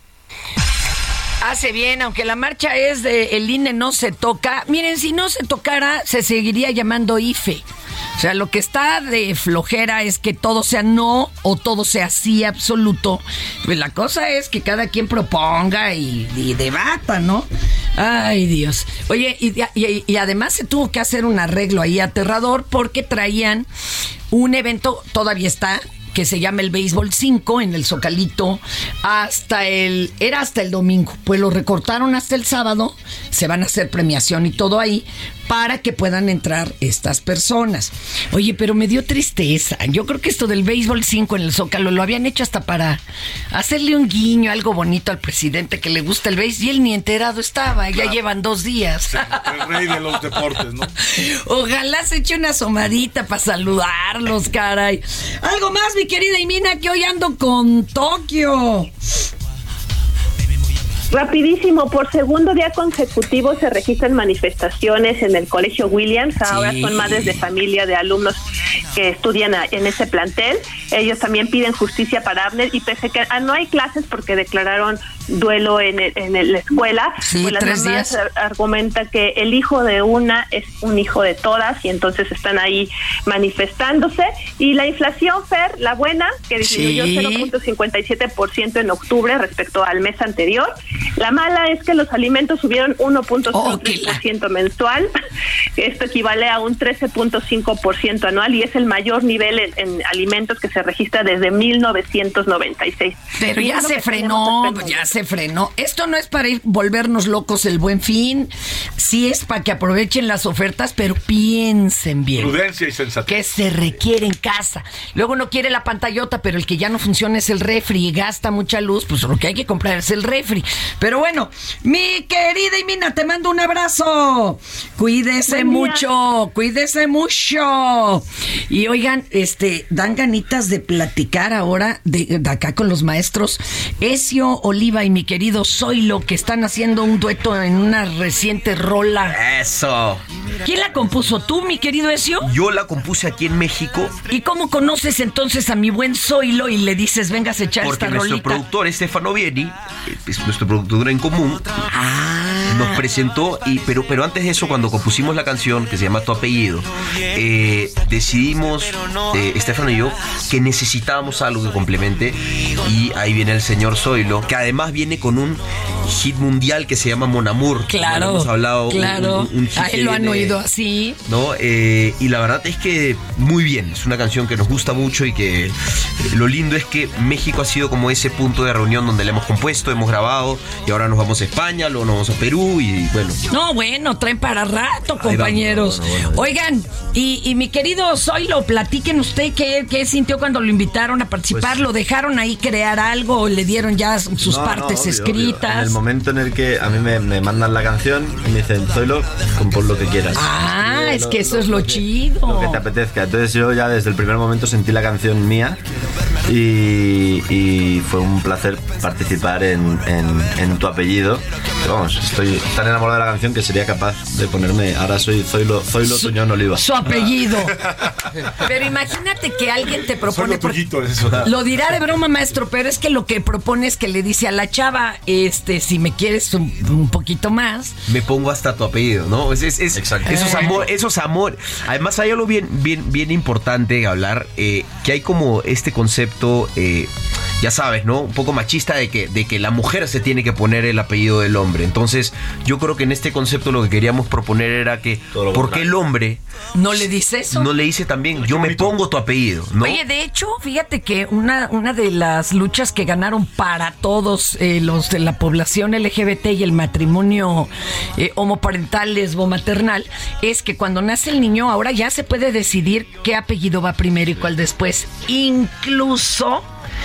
Speaker 5: Hace bien, aunque la marcha es de el INE no se toca. Miren, si no se tocara, se seguiría llamando IFE. O sea, lo que está de flojera es que todo sea no o todo sea sí absoluto. Pues la cosa es que cada quien proponga y debata, ¿no? Ay, Dios. Oye, y además se tuvo que hacer un arreglo ahí aterrador porque traían un evento, todavía está, que se llama el Béisbol 5 en el Zocalito era hasta el domingo. Pues lo recortaron hasta el sábado, se van a hacer premiación y todo ahí para que puedan entrar estas personas. Oye, pero me dio tristeza. Yo creo que esto del Béisbol 5 en el Zócalo lo habían hecho hasta para hacerle un guiño, algo bonito al presidente que le gusta el béis, y él ni enterado estaba. Claro. Ya llevan 2 días.
Speaker 6: El rey de los deportes, ¿no?
Speaker 5: Ojalá se eche una asomadita para saludarlos, caray. Algo más, mi querida Imina, que hoy ando con Tokio.
Speaker 18: Rapidísimo, por segundo día consecutivo se registran manifestaciones en el Colegio Williams. Ahora son madres de familia de alumnos que estudian en ese plantel. Ellos también piden justicia para Abner, y pese a que no hay clases porque declararon duelo en la escuela,
Speaker 5: sí,
Speaker 18: pues las
Speaker 5: 3
Speaker 18: mamás
Speaker 5: días
Speaker 18: argumentan que el hijo de una es un hijo de todas, y entonces están ahí manifestándose. Y la inflación, Fer, la buena, que disminuyó 0.57% en octubre respecto al mes anterior. La mala es que los alimentos subieron 1.03% mensual. Esto equivale a un 13.5% anual y es el mayor nivel en alimentos que se registra desde 1996.
Speaker 5: Pero ya se frenó, Esto no es para volvernos locos el Buen Fin. Sí es para que aprovechen las ofertas, pero piensen bien.
Speaker 6: Prudencia y sensatez.
Speaker 5: Que se requiere en casa. Luego no quiere la pantallota, pero el que ya no funciona es el refri y gasta mucha luz, pues lo que hay que comprar es el refri. Pero bueno, mi querida Imina, te mando un abrazo. Cuídese mucho. Y oigan, dan ganitas de platicar ahora de acá con los maestros Ezio Oliva y mi querido Zoilo, que están haciendo un dueto en una reciente rola.
Speaker 7: ¡Eso!
Speaker 5: ¿Quién la compuso? ¿Tú, mi querido Ezio?
Speaker 7: Yo la compuse aquí en México.
Speaker 5: ¿Y cómo conoces entonces a mi buen Zoilo y le dices, vengas a echar esta rolita?
Speaker 7: Porque nuestro productor, Stefano Vieni, es nuestro productor en común, nos presentó, pero antes de eso, cuando compusimos la canción, que se llama Tu Apellido, decidimos, Stefano y yo, que necesitábamos algo que complemente, y ahí viene el señor Zoilo, que además viene con un hit mundial que se llama Mon Amour.
Speaker 5: Claro,
Speaker 7: hemos hablado,
Speaker 5: claro.
Speaker 7: Un hit
Speaker 5: ahí lo han oído así,
Speaker 7: ¿no? Y la verdad es que muy bien, es una canción que nos gusta mucho, y que lo lindo es que México ha sido como ese punto de reunión donde la hemos compuesto, hemos grabado, y ahora nos vamos a España, luego nos vamos a Perú, y bueno.
Speaker 5: Traen para rato, compañeros. Bueno. Oigan, y mi querido Zoilo, platiquen usted qué sintió cuando lo invitaron a participar. Pues, ¿lo dejaron ahí crear algo o le dieron ya sus partes obvio, escritas?
Speaker 8: Obvio. En el momento en el que a mí me mandan la canción y me dicen, Zoilo, compón lo que quieras.
Speaker 5: Es que eso es lo chido.
Speaker 8: Lo que te apetezca. Entonces yo ya desde el primer momento sentí la canción mía y fue un placer participar en tu apellido. Pero vamos, estoy tan enamorado de la canción que sería capaz de ponerme, ahora soy Zoilo Tuñón Oliva.
Speaker 5: Su apellido. Pero imagínate que alguien te propone, lo dirá de broma, maestro, pero es que lo que propone es que le dice a la chava, si me quieres un poquito más,
Speaker 7: me pongo hasta tu apellido, ¿no?
Speaker 8: Exacto.
Speaker 7: Eso es amor. Además hay algo bien importante hablar, que hay como este concepto, ya sabes, ¿no? Un poco machista de que la mujer se tiene que poner el apellido del hombre. Entonces, yo creo que en este concepto lo que queríamos proponer era que, ¿por qué el hombre
Speaker 5: no le dice eso?
Speaker 7: No le dice también, yo me pongo tu apellido, ¿no?
Speaker 5: Oye, de hecho, fíjate que una de las luchas que ganaron para todos los de la población LGBT y el matrimonio homoparental, lesbomaternal, es que cuando nace el niño ahora ya se puede decidir qué apellido va primero y cuál después. Incluso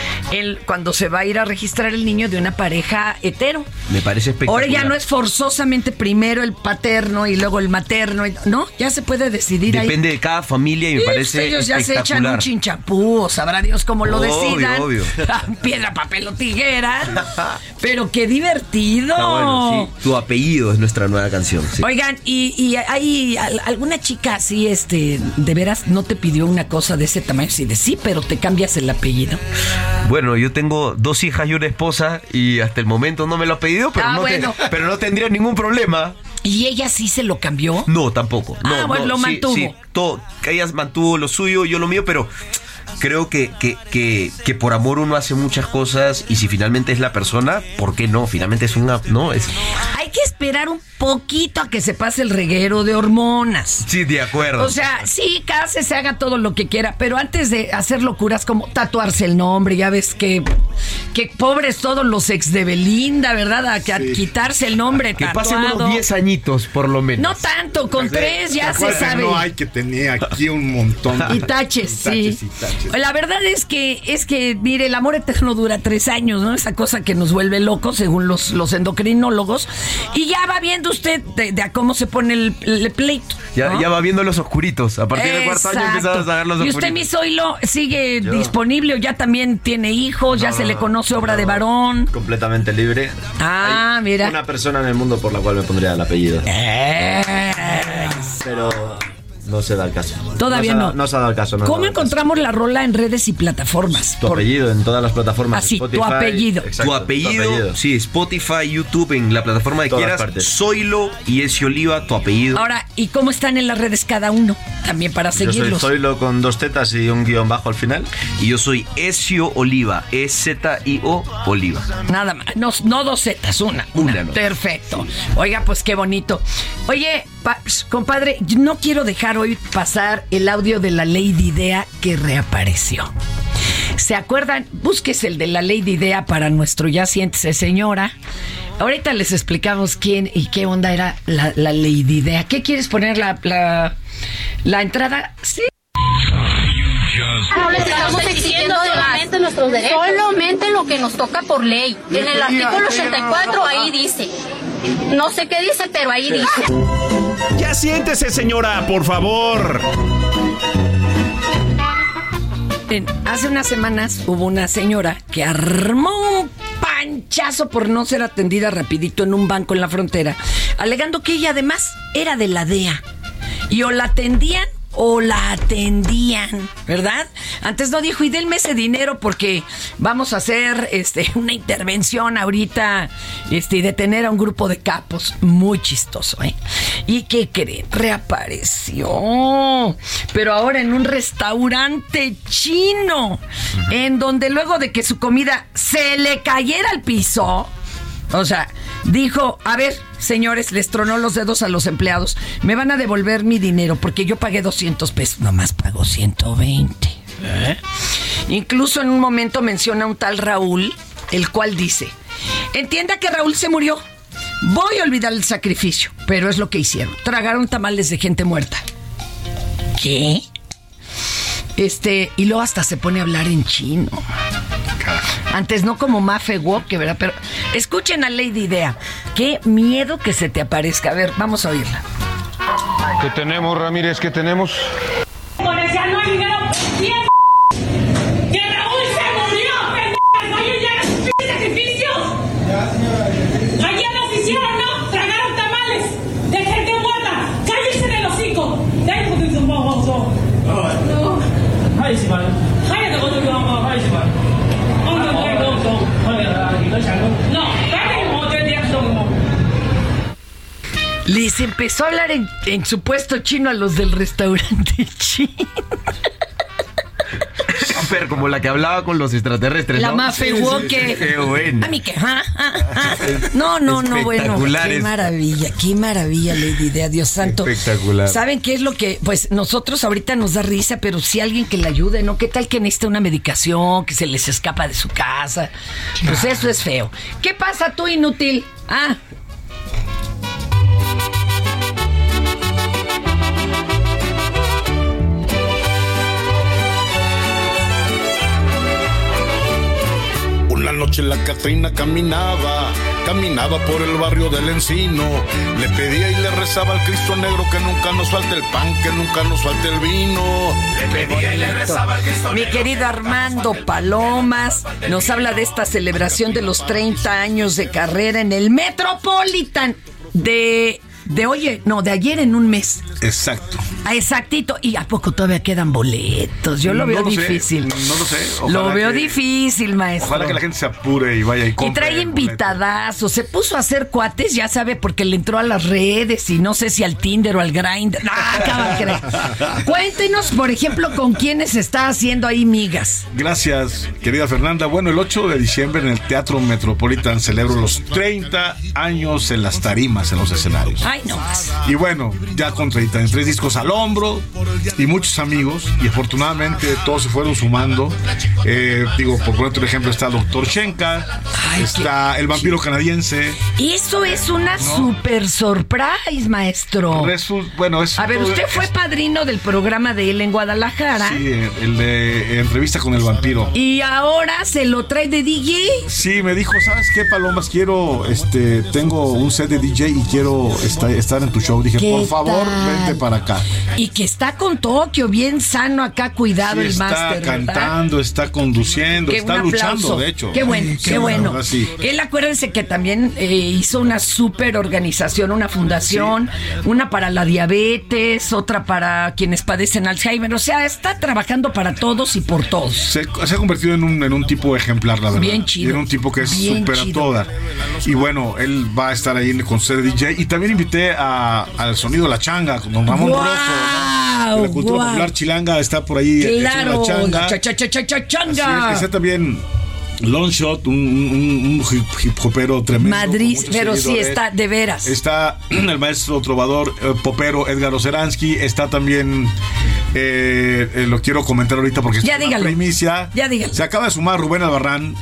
Speaker 5: cuando se va a ir a registrar el niño de una pareja hetero.
Speaker 7: Me parece espectacular.
Speaker 5: Ahora ya no es forzosamente primero el paterno y luego el materno. No, ya se puede decidir.
Speaker 7: Depende de cada familia y me parece
Speaker 5: ellos ya
Speaker 7: espectacular.
Speaker 5: se echan un chinchapú, o sabrá Dios cómo lo decidan.
Speaker 7: Obvio.
Speaker 5: Piedra, papel o tijera. Pero qué divertido.
Speaker 7: Está bueno, sí. Tu apellido es nuestra nueva canción. Sí.
Speaker 5: Oigan, y hay alguna chica así, de veras, no te pidió una cosa de ese tamaño, sí, pero te cambias el apellido.
Speaker 7: Bueno, yo tengo 2 hijas y una esposa y hasta el momento no me lo ha pedido, pero no tendría ningún problema.
Speaker 5: ¿Y ella sí se lo cambió?
Speaker 7: No, tampoco.
Speaker 5: Bueno, lo mantuvo.
Speaker 7: Sí, ella mantuvo lo suyo, yo lo mío, pero creo que por amor uno hace muchas cosas y si finalmente es la persona, ¿por qué no? Finalmente es una... No, es...
Speaker 5: Hay que esperar un poquito a que se pase el reguero de hormonas.
Speaker 7: Sí, de acuerdo.
Speaker 5: O sea, sí, se haga todo lo que quiera, pero antes de hacer locuras como tatuarse el nombre, ya ves que pobres todos los ex de Belinda, ¿verdad? A quitarse el nombre
Speaker 7: que
Speaker 5: tatuado.
Speaker 7: pasen unos 10 añitos, por lo menos.
Speaker 5: No tanto, con 3 ya se sabe.
Speaker 6: No hay que tener aquí un montón.
Speaker 5: Y taches, sí. La verdad es que, mire, el amor eterno dura 3 años, ¿no? Esa cosa que nos vuelve locos, según los endocrinólogos. Y ya va viendo usted de a cómo se pone el pleito, ¿no?
Speaker 7: Ya va viendo los oscuritos. A partir del 4º año empiezas a ver los oscuritos.
Speaker 5: ¿Y usted, mi Zoilo, sigue disponible o ya también tiene hijos? ¿Ya se le conoce obra de varón?
Speaker 8: Completamente libre.
Speaker 5: Hay mira.
Speaker 8: Una persona en el mundo por la cual me pondría el apellido. Pero... no se da el caso.
Speaker 5: Todavía no.
Speaker 8: No se ha dado el caso.
Speaker 5: ¿Cómo encontramos la rola en redes y plataformas?
Speaker 8: Tu apellido en todas las plataformas.
Speaker 5: Así,
Speaker 8: Spotify,
Speaker 5: tu apellido.
Speaker 7: Exacto, tu apellido. Sí, Spotify, YouTube, en la plataforma que
Speaker 8: todas
Speaker 7: quieras.
Speaker 8: Partes.
Speaker 7: Zoilo y Ezio Oliva, tu apellido.
Speaker 5: Ahora, ¿y cómo están en las redes cada uno? También para seguirlos.
Speaker 8: Yo soy Zoilo con 2 tetas y un guión bajo al final.
Speaker 7: Y yo soy Ezio Oliva, EZIO Oliva.
Speaker 5: Nada más, no 2 zetas, una.
Speaker 7: No.
Speaker 5: Perfecto. Oiga, pues qué bonito. Oye, compadre, no quiero dejar hoy pasar el audio de la Lady Idea que reapareció. ¿Se acuerdan? Búsquese el de la Lady Idea para nuestro Ya Siéntese Señora. Ahorita les explicamos quién y qué onda era la Lady Idea. ¿Qué quieres poner la entrada? Sí.
Speaker 19: No les estamos exigiendo solamente nuestros derechos. Solamente lo que nos toca por ley. En el artículo 84 ahí dice. No sé qué dice, pero ahí dice.
Speaker 3: Ya siéntese, señora, por favor.
Speaker 5: Hace unas semanas hubo una señora que armó un panchazo por no ser atendida rapidito en un banco en la frontera, alegando que ella además era de la DEA. Y o la atendían o la atendían, ¿verdad? Antes no dijo, y denme ese dinero porque vamos a hacer una intervención ahorita y detener a un grupo de capos. Muy chistoso, ¿eh? ¿Y qué creen? Reapareció. Pero ahora en un restaurante chino, en donde luego de que su comida se le cayera al piso, o sea, dijo, a ver, señores, les tronó los dedos a los empleados. Me van a devolver mi dinero porque yo pagué 200 pesos. Nomás pagó 120. Incluso en un momento menciona a un tal Raúl, el cual dice, entienda que Raúl se murió. Voy a olvidar el sacrificio. Pero es lo que hicieron. Tragaron tamales de gente muerta. ¿Qué? Y luego hasta se pone a hablar en chino. Antes no como Mafe Wok, que verdad, pero escuchen a Lady Idea. Qué miedo que se te aparezca. A ver, vamos a oírla.
Speaker 10: ¿Qué tenemos, Ramírez? ¿Qué tenemos?
Speaker 19: Policía, no hay dinero. Que Raúl se
Speaker 5: Les empezó a hablar en supuesto chino a los del restaurante chino.
Speaker 7: Pero como la que hablaba con los extraterrestres,
Speaker 5: La
Speaker 7: ¿no?
Speaker 5: Mafe Woke.
Speaker 7: Qué bueno.
Speaker 5: A mí que, No, bueno, qué maravilla, Lady Di, Dios santo.
Speaker 7: Espectacular.
Speaker 5: ¿Saben qué es lo que, pues nosotros ahorita nos da risa, pero si alguien que le ayude, ¿no? ¿Qué tal que necesita una medicación, que se les escapa de su casa? Pues eso es feo. ¿Qué pasa tú, inútil?
Speaker 6: Una noche la Catrina caminaba por el barrio del Encino. Le pedía y le rezaba al Cristo Negro que nunca nos falte el pan, que nunca nos falte el vino. Le pedía y le rezaba al Cristo Negro.
Speaker 5: Mi querido Armando Palomas nos habla de esta celebración de los 30 años de carrera en el Metropolitan de ayer en un mes.
Speaker 6: Exacto.
Speaker 5: Exactito. ¿Y a poco todavía quedan boletos? Yo lo veo difícil.
Speaker 6: No lo sé.
Speaker 5: Lo veo difícil, maestro.
Speaker 6: Ojalá que la gente se apure y vaya y compre.
Speaker 5: Y trae invitadazos. Se puso a hacer cuates, ya sabe, porque le entró a las redes y no sé si al Tinder o al Grindr. Acaba de creer. Cuéntenos, por ejemplo, con quiénes está haciendo ahí migas.
Speaker 6: Gracias, querida Fernanda. Bueno, el 8 de diciembre en el Teatro Metropolitan celebro los 30 años en las tarimas, en los escenarios.
Speaker 5: Ay, no más.
Speaker 6: Y bueno, ya con 33 discos al hombro y muchos amigos, y afortunadamente todos se fueron sumando. Por ponerte un ejemplo, está Dr. Shenka, está el vampiro canadiense.
Speaker 5: Eso es una super surprise, maestro. A ver, usted fue padrino del programa de él en Guadalajara.
Speaker 6: Sí, el de entrevista con el vampiro.
Speaker 5: Y ahora se lo trae de DJ.
Speaker 6: Sí, me dijo, ¿sabes qué, Palomas? Tengo un set de DJ y quiero estar en tu show. Dije, por favor, vente para acá.
Speaker 5: Y que está con Tokio, bien sano acá, cuidado, sí, el máster.
Speaker 6: Está cantando, ¿verdad? Está conduciendo, está luchando, de hecho.
Speaker 5: Qué bueno, qué bueno.
Speaker 6: Sí.
Speaker 5: Él, acuérdense que también hizo una super organización, una fundación, una para la diabetes, otra para quienes padecen Alzheimer. O sea, está trabajando para todos y por todos.
Speaker 6: Se ha convertido en un tipo ejemplar, la verdad.
Speaker 5: Bien chido.
Speaker 6: Y en un tipo que es súper a toda. Y bueno, él va a estar ahí con ser DJ. Y también invité al Sonido de la Changa, con don Ramón Rosso, ¿no? De la cultura popular chilanga, está por ahí.
Speaker 5: Claro,
Speaker 6: la
Speaker 5: changa.
Speaker 6: Así es, está también Longshot, un hip hopero tremendo.
Speaker 5: Madrid, pero sí está, de veras.
Speaker 6: Está el maestro trovador popero Edgar Oceransky. Está también, lo quiero comentar ahorita porque es una primicia.
Speaker 5: Ya dígalo.
Speaker 6: Se acaba de sumar Rubén Albarrán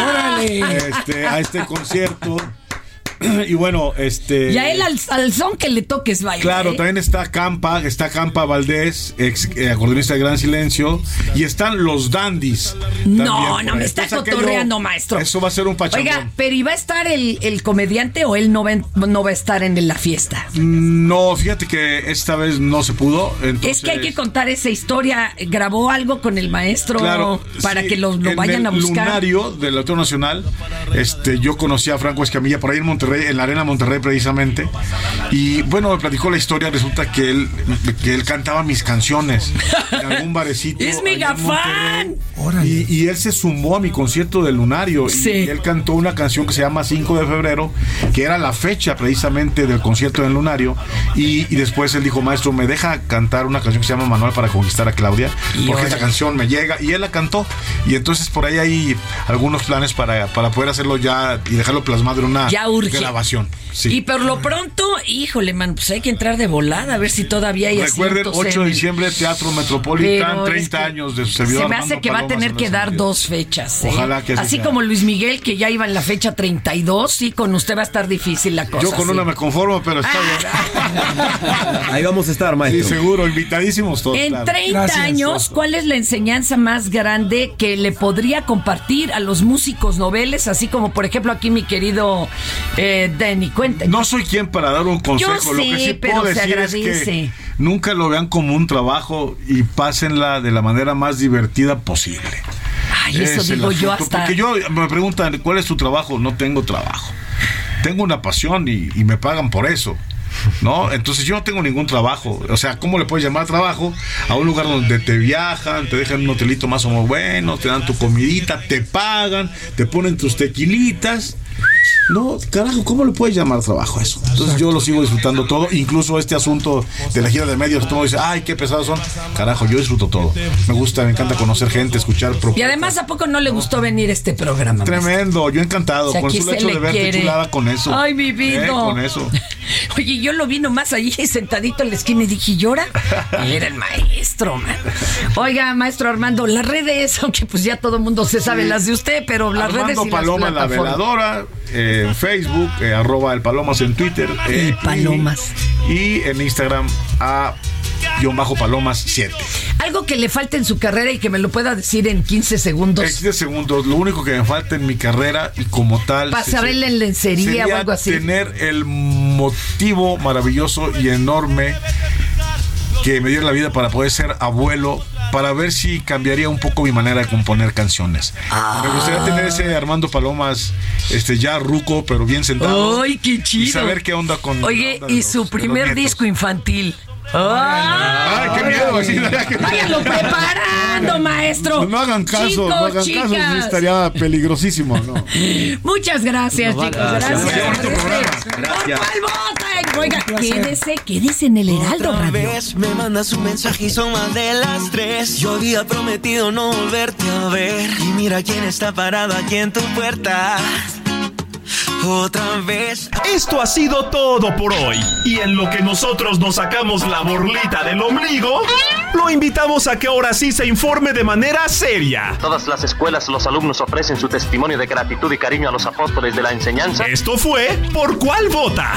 Speaker 6: a este concierto. Y bueno,
Speaker 5: y a él al son que le toques baile.
Speaker 6: Claro, también está Campa Valdés, ex acordeonista de Gran Silencio, y están los Dandies.
Speaker 5: No me está cotorreando, maestro.
Speaker 6: Eso va a ser un pachangón.
Speaker 5: Oiga, pero ¿y va a estar el comediante o él no va a estar en la fiesta?
Speaker 6: No, fíjate que esta vez no se pudo. Entonces... Es
Speaker 5: que hay que contar esa historia. Grabó algo con el maestro para que lo vayan a buscar.
Speaker 6: En el lunario del Auditorio Nacional, yo conocí a Franco Escamilla por ahí en Monterrey, en la Arena Monterrey precisamente, y bueno, me platicó la historia. Resulta que él cantaba mis canciones en algún barecito.
Speaker 5: ¡Es mega fan!
Speaker 6: Y él se sumó a mi concierto del Lunario, y él cantó una canción que se llama 5 de febrero, que era la fecha precisamente del concierto del Lunario, y después él dijo, maestro, ¿me deja cantar una canción que se llama Manual para conquistar a Claudia? Porque esa canción me llega, y él la cantó, y entonces por ahí hay algunos planes para poder hacerlo ya y dejarlo plasmado en una grabación. Sí.
Speaker 5: Y por lo pronto, híjole, man, pues hay que entrar de volada a ver si todavía hay asientos.
Speaker 6: Recuerden, 8 de diciembre, Teatro Metropolitan, 30 años de su servidor.
Speaker 5: Se me hace que va a tener que dar 2 fechas.
Speaker 6: Ojalá que
Speaker 5: así como Luis Miguel, que ya iba en la fecha 32, sí, con usted va a estar difícil la cosa.
Speaker 6: Yo con una me conformo, pero está bien.
Speaker 7: Ahí vamos a estar, maestro.
Speaker 6: Sí, seguro, invitadísimos todos.
Speaker 5: En 30 años, ¿cuál es la enseñanza más grande que le podría compartir a los músicos noveles? Así como, por ejemplo, aquí mi querido Denny, cuente.
Speaker 6: No soy quien para dar un consejo.
Speaker 5: Yo
Speaker 6: lo que sí puedo decir es que
Speaker 5: nunca
Speaker 6: lo vean como un trabajo y pásenla de la manera más divertida posible.
Speaker 5: Ay, eso digo yo hasta...
Speaker 6: Porque me preguntan, ¿cuál es tu trabajo? No tengo trabajo. Tengo una pasión y me pagan por eso. ¿no? Entonces yo no tengo ningún trabajo. O sea, ¿cómo le puedes llamar trabajo a un lugar donde te viajan, te dejan un hotelito más o menos bueno, te dan tu comidita, te pagan, te ponen tus tequilitas? No, carajo, ¿cómo le puedes llamar trabajo a eso? Entonces yo lo sigo disfrutando todo, incluso este asunto de la gira de medios, todo dice, ay, qué pesados son. Carajo, yo disfruto todo. Me gusta, me encanta conocer gente, escuchar propuestas.
Speaker 5: Y además, ¿a poco no le gustó venir a este programa?
Speaker 6: Tremendo, yo encantado.
Speaker 5: O sea,
Speaker 6: con el solo hecho de verte chulada con eso.
Speaker 5: Ay, mi vida.
Speaker 6: Con eso.
Speaker 5: Oye, yo lo vi nomás ahí sentadito en la esquina y dije, ¿llora? Y era el maestro, man. Oiga, maestro Armando, las redes, aunque pues ya todo el mundo se sabe las de usted, pero las
Speaker 6: Armando
Speaker 5: redes y
Speaker 6: Paloma,
Speaker 5: las
Speaker 6: la veladora, en Facebook, @el Palomas en Twitter.
Speaker 5: El Palomas.
Speaker 6: Y en Instagram _Palomas 7.
Speaker 5: Algo que le falta en su carrera y que me lo pueda decir en 15 segundos.
Speaker 6: 15 segundos, lo único que me falta en mi carrera y como tal.
Speaker 5: Pasarela en lencería o algo así.
Speaker 6: Tener el motivo maravilloso y enorme que me diera la vida para poder ser abuelo, para ver si cambiaría un poco mi manera de componer canciones. Me gustaría tener ese Armando Palomas, ya ruco, pero bien sentado.
Speaker 5: ¡Ay, qué chido!
Speaker 6: Y saber qué onda con.
Speaker 5: Oye, y su primer disco infantil.
Speaker 6: ¡Ay, qué miedo!
Speaker 5: Váyanlo preparando, maestro.
Speaker 6: No hagan caso,
Speaker 5: chicos,
Speaker 6: no hagan
Speaker 5: chicas.
Speaker 6: caso, estaría peligrosísimo, ¿no?
Speaker 5: Muchas gracias, chicos. Gracias.
Speaker 6: Gracias.
Speaker 5: Oiga, quédese en el Heraldo
Speaker 14: Otra
Speaker 5: Radio.
Speaker 14: vez me mandas un mensaje y son más de las 3. Yo había prometido no volverte a ver. Y mira quién está parado aquí en tu puerta. Otra vez.
Speaker 3: Esto ha sido todo por hoy. Y en lo que nosotros nos sacamos la borlita del ombligo, lo invitamos a que ahora sí se informe de manera seria.
Speaker 20: Todas las escuelas, los alumnos ofrecen su testimonio de gratitud y cariño a los apóstoles de la enseñanza.
Speaker 3: Esto fue ¿Por cuál vota?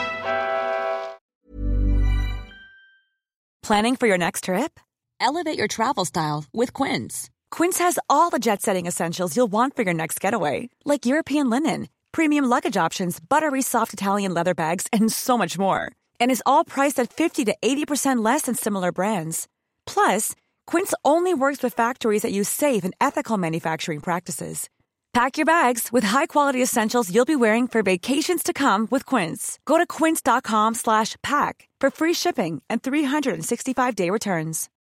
Speaker 21: Planning for your next trip? Elevate your travel style with Quince. Quince has all the jet-setting essentials you'll want for your next getaway, like European linen, premium luggage options, buttery soft Italian leather bags, and so much more. And is all priced at 50 to 80% less than similar brands. Plus, Quince only works with factories that use safe and ethical manufacturing practices. Pack your bags with high-quality essentials you'll be wearing for vacations to come with Quince. Go to quince.com/pack for free shipping and 365-day returns.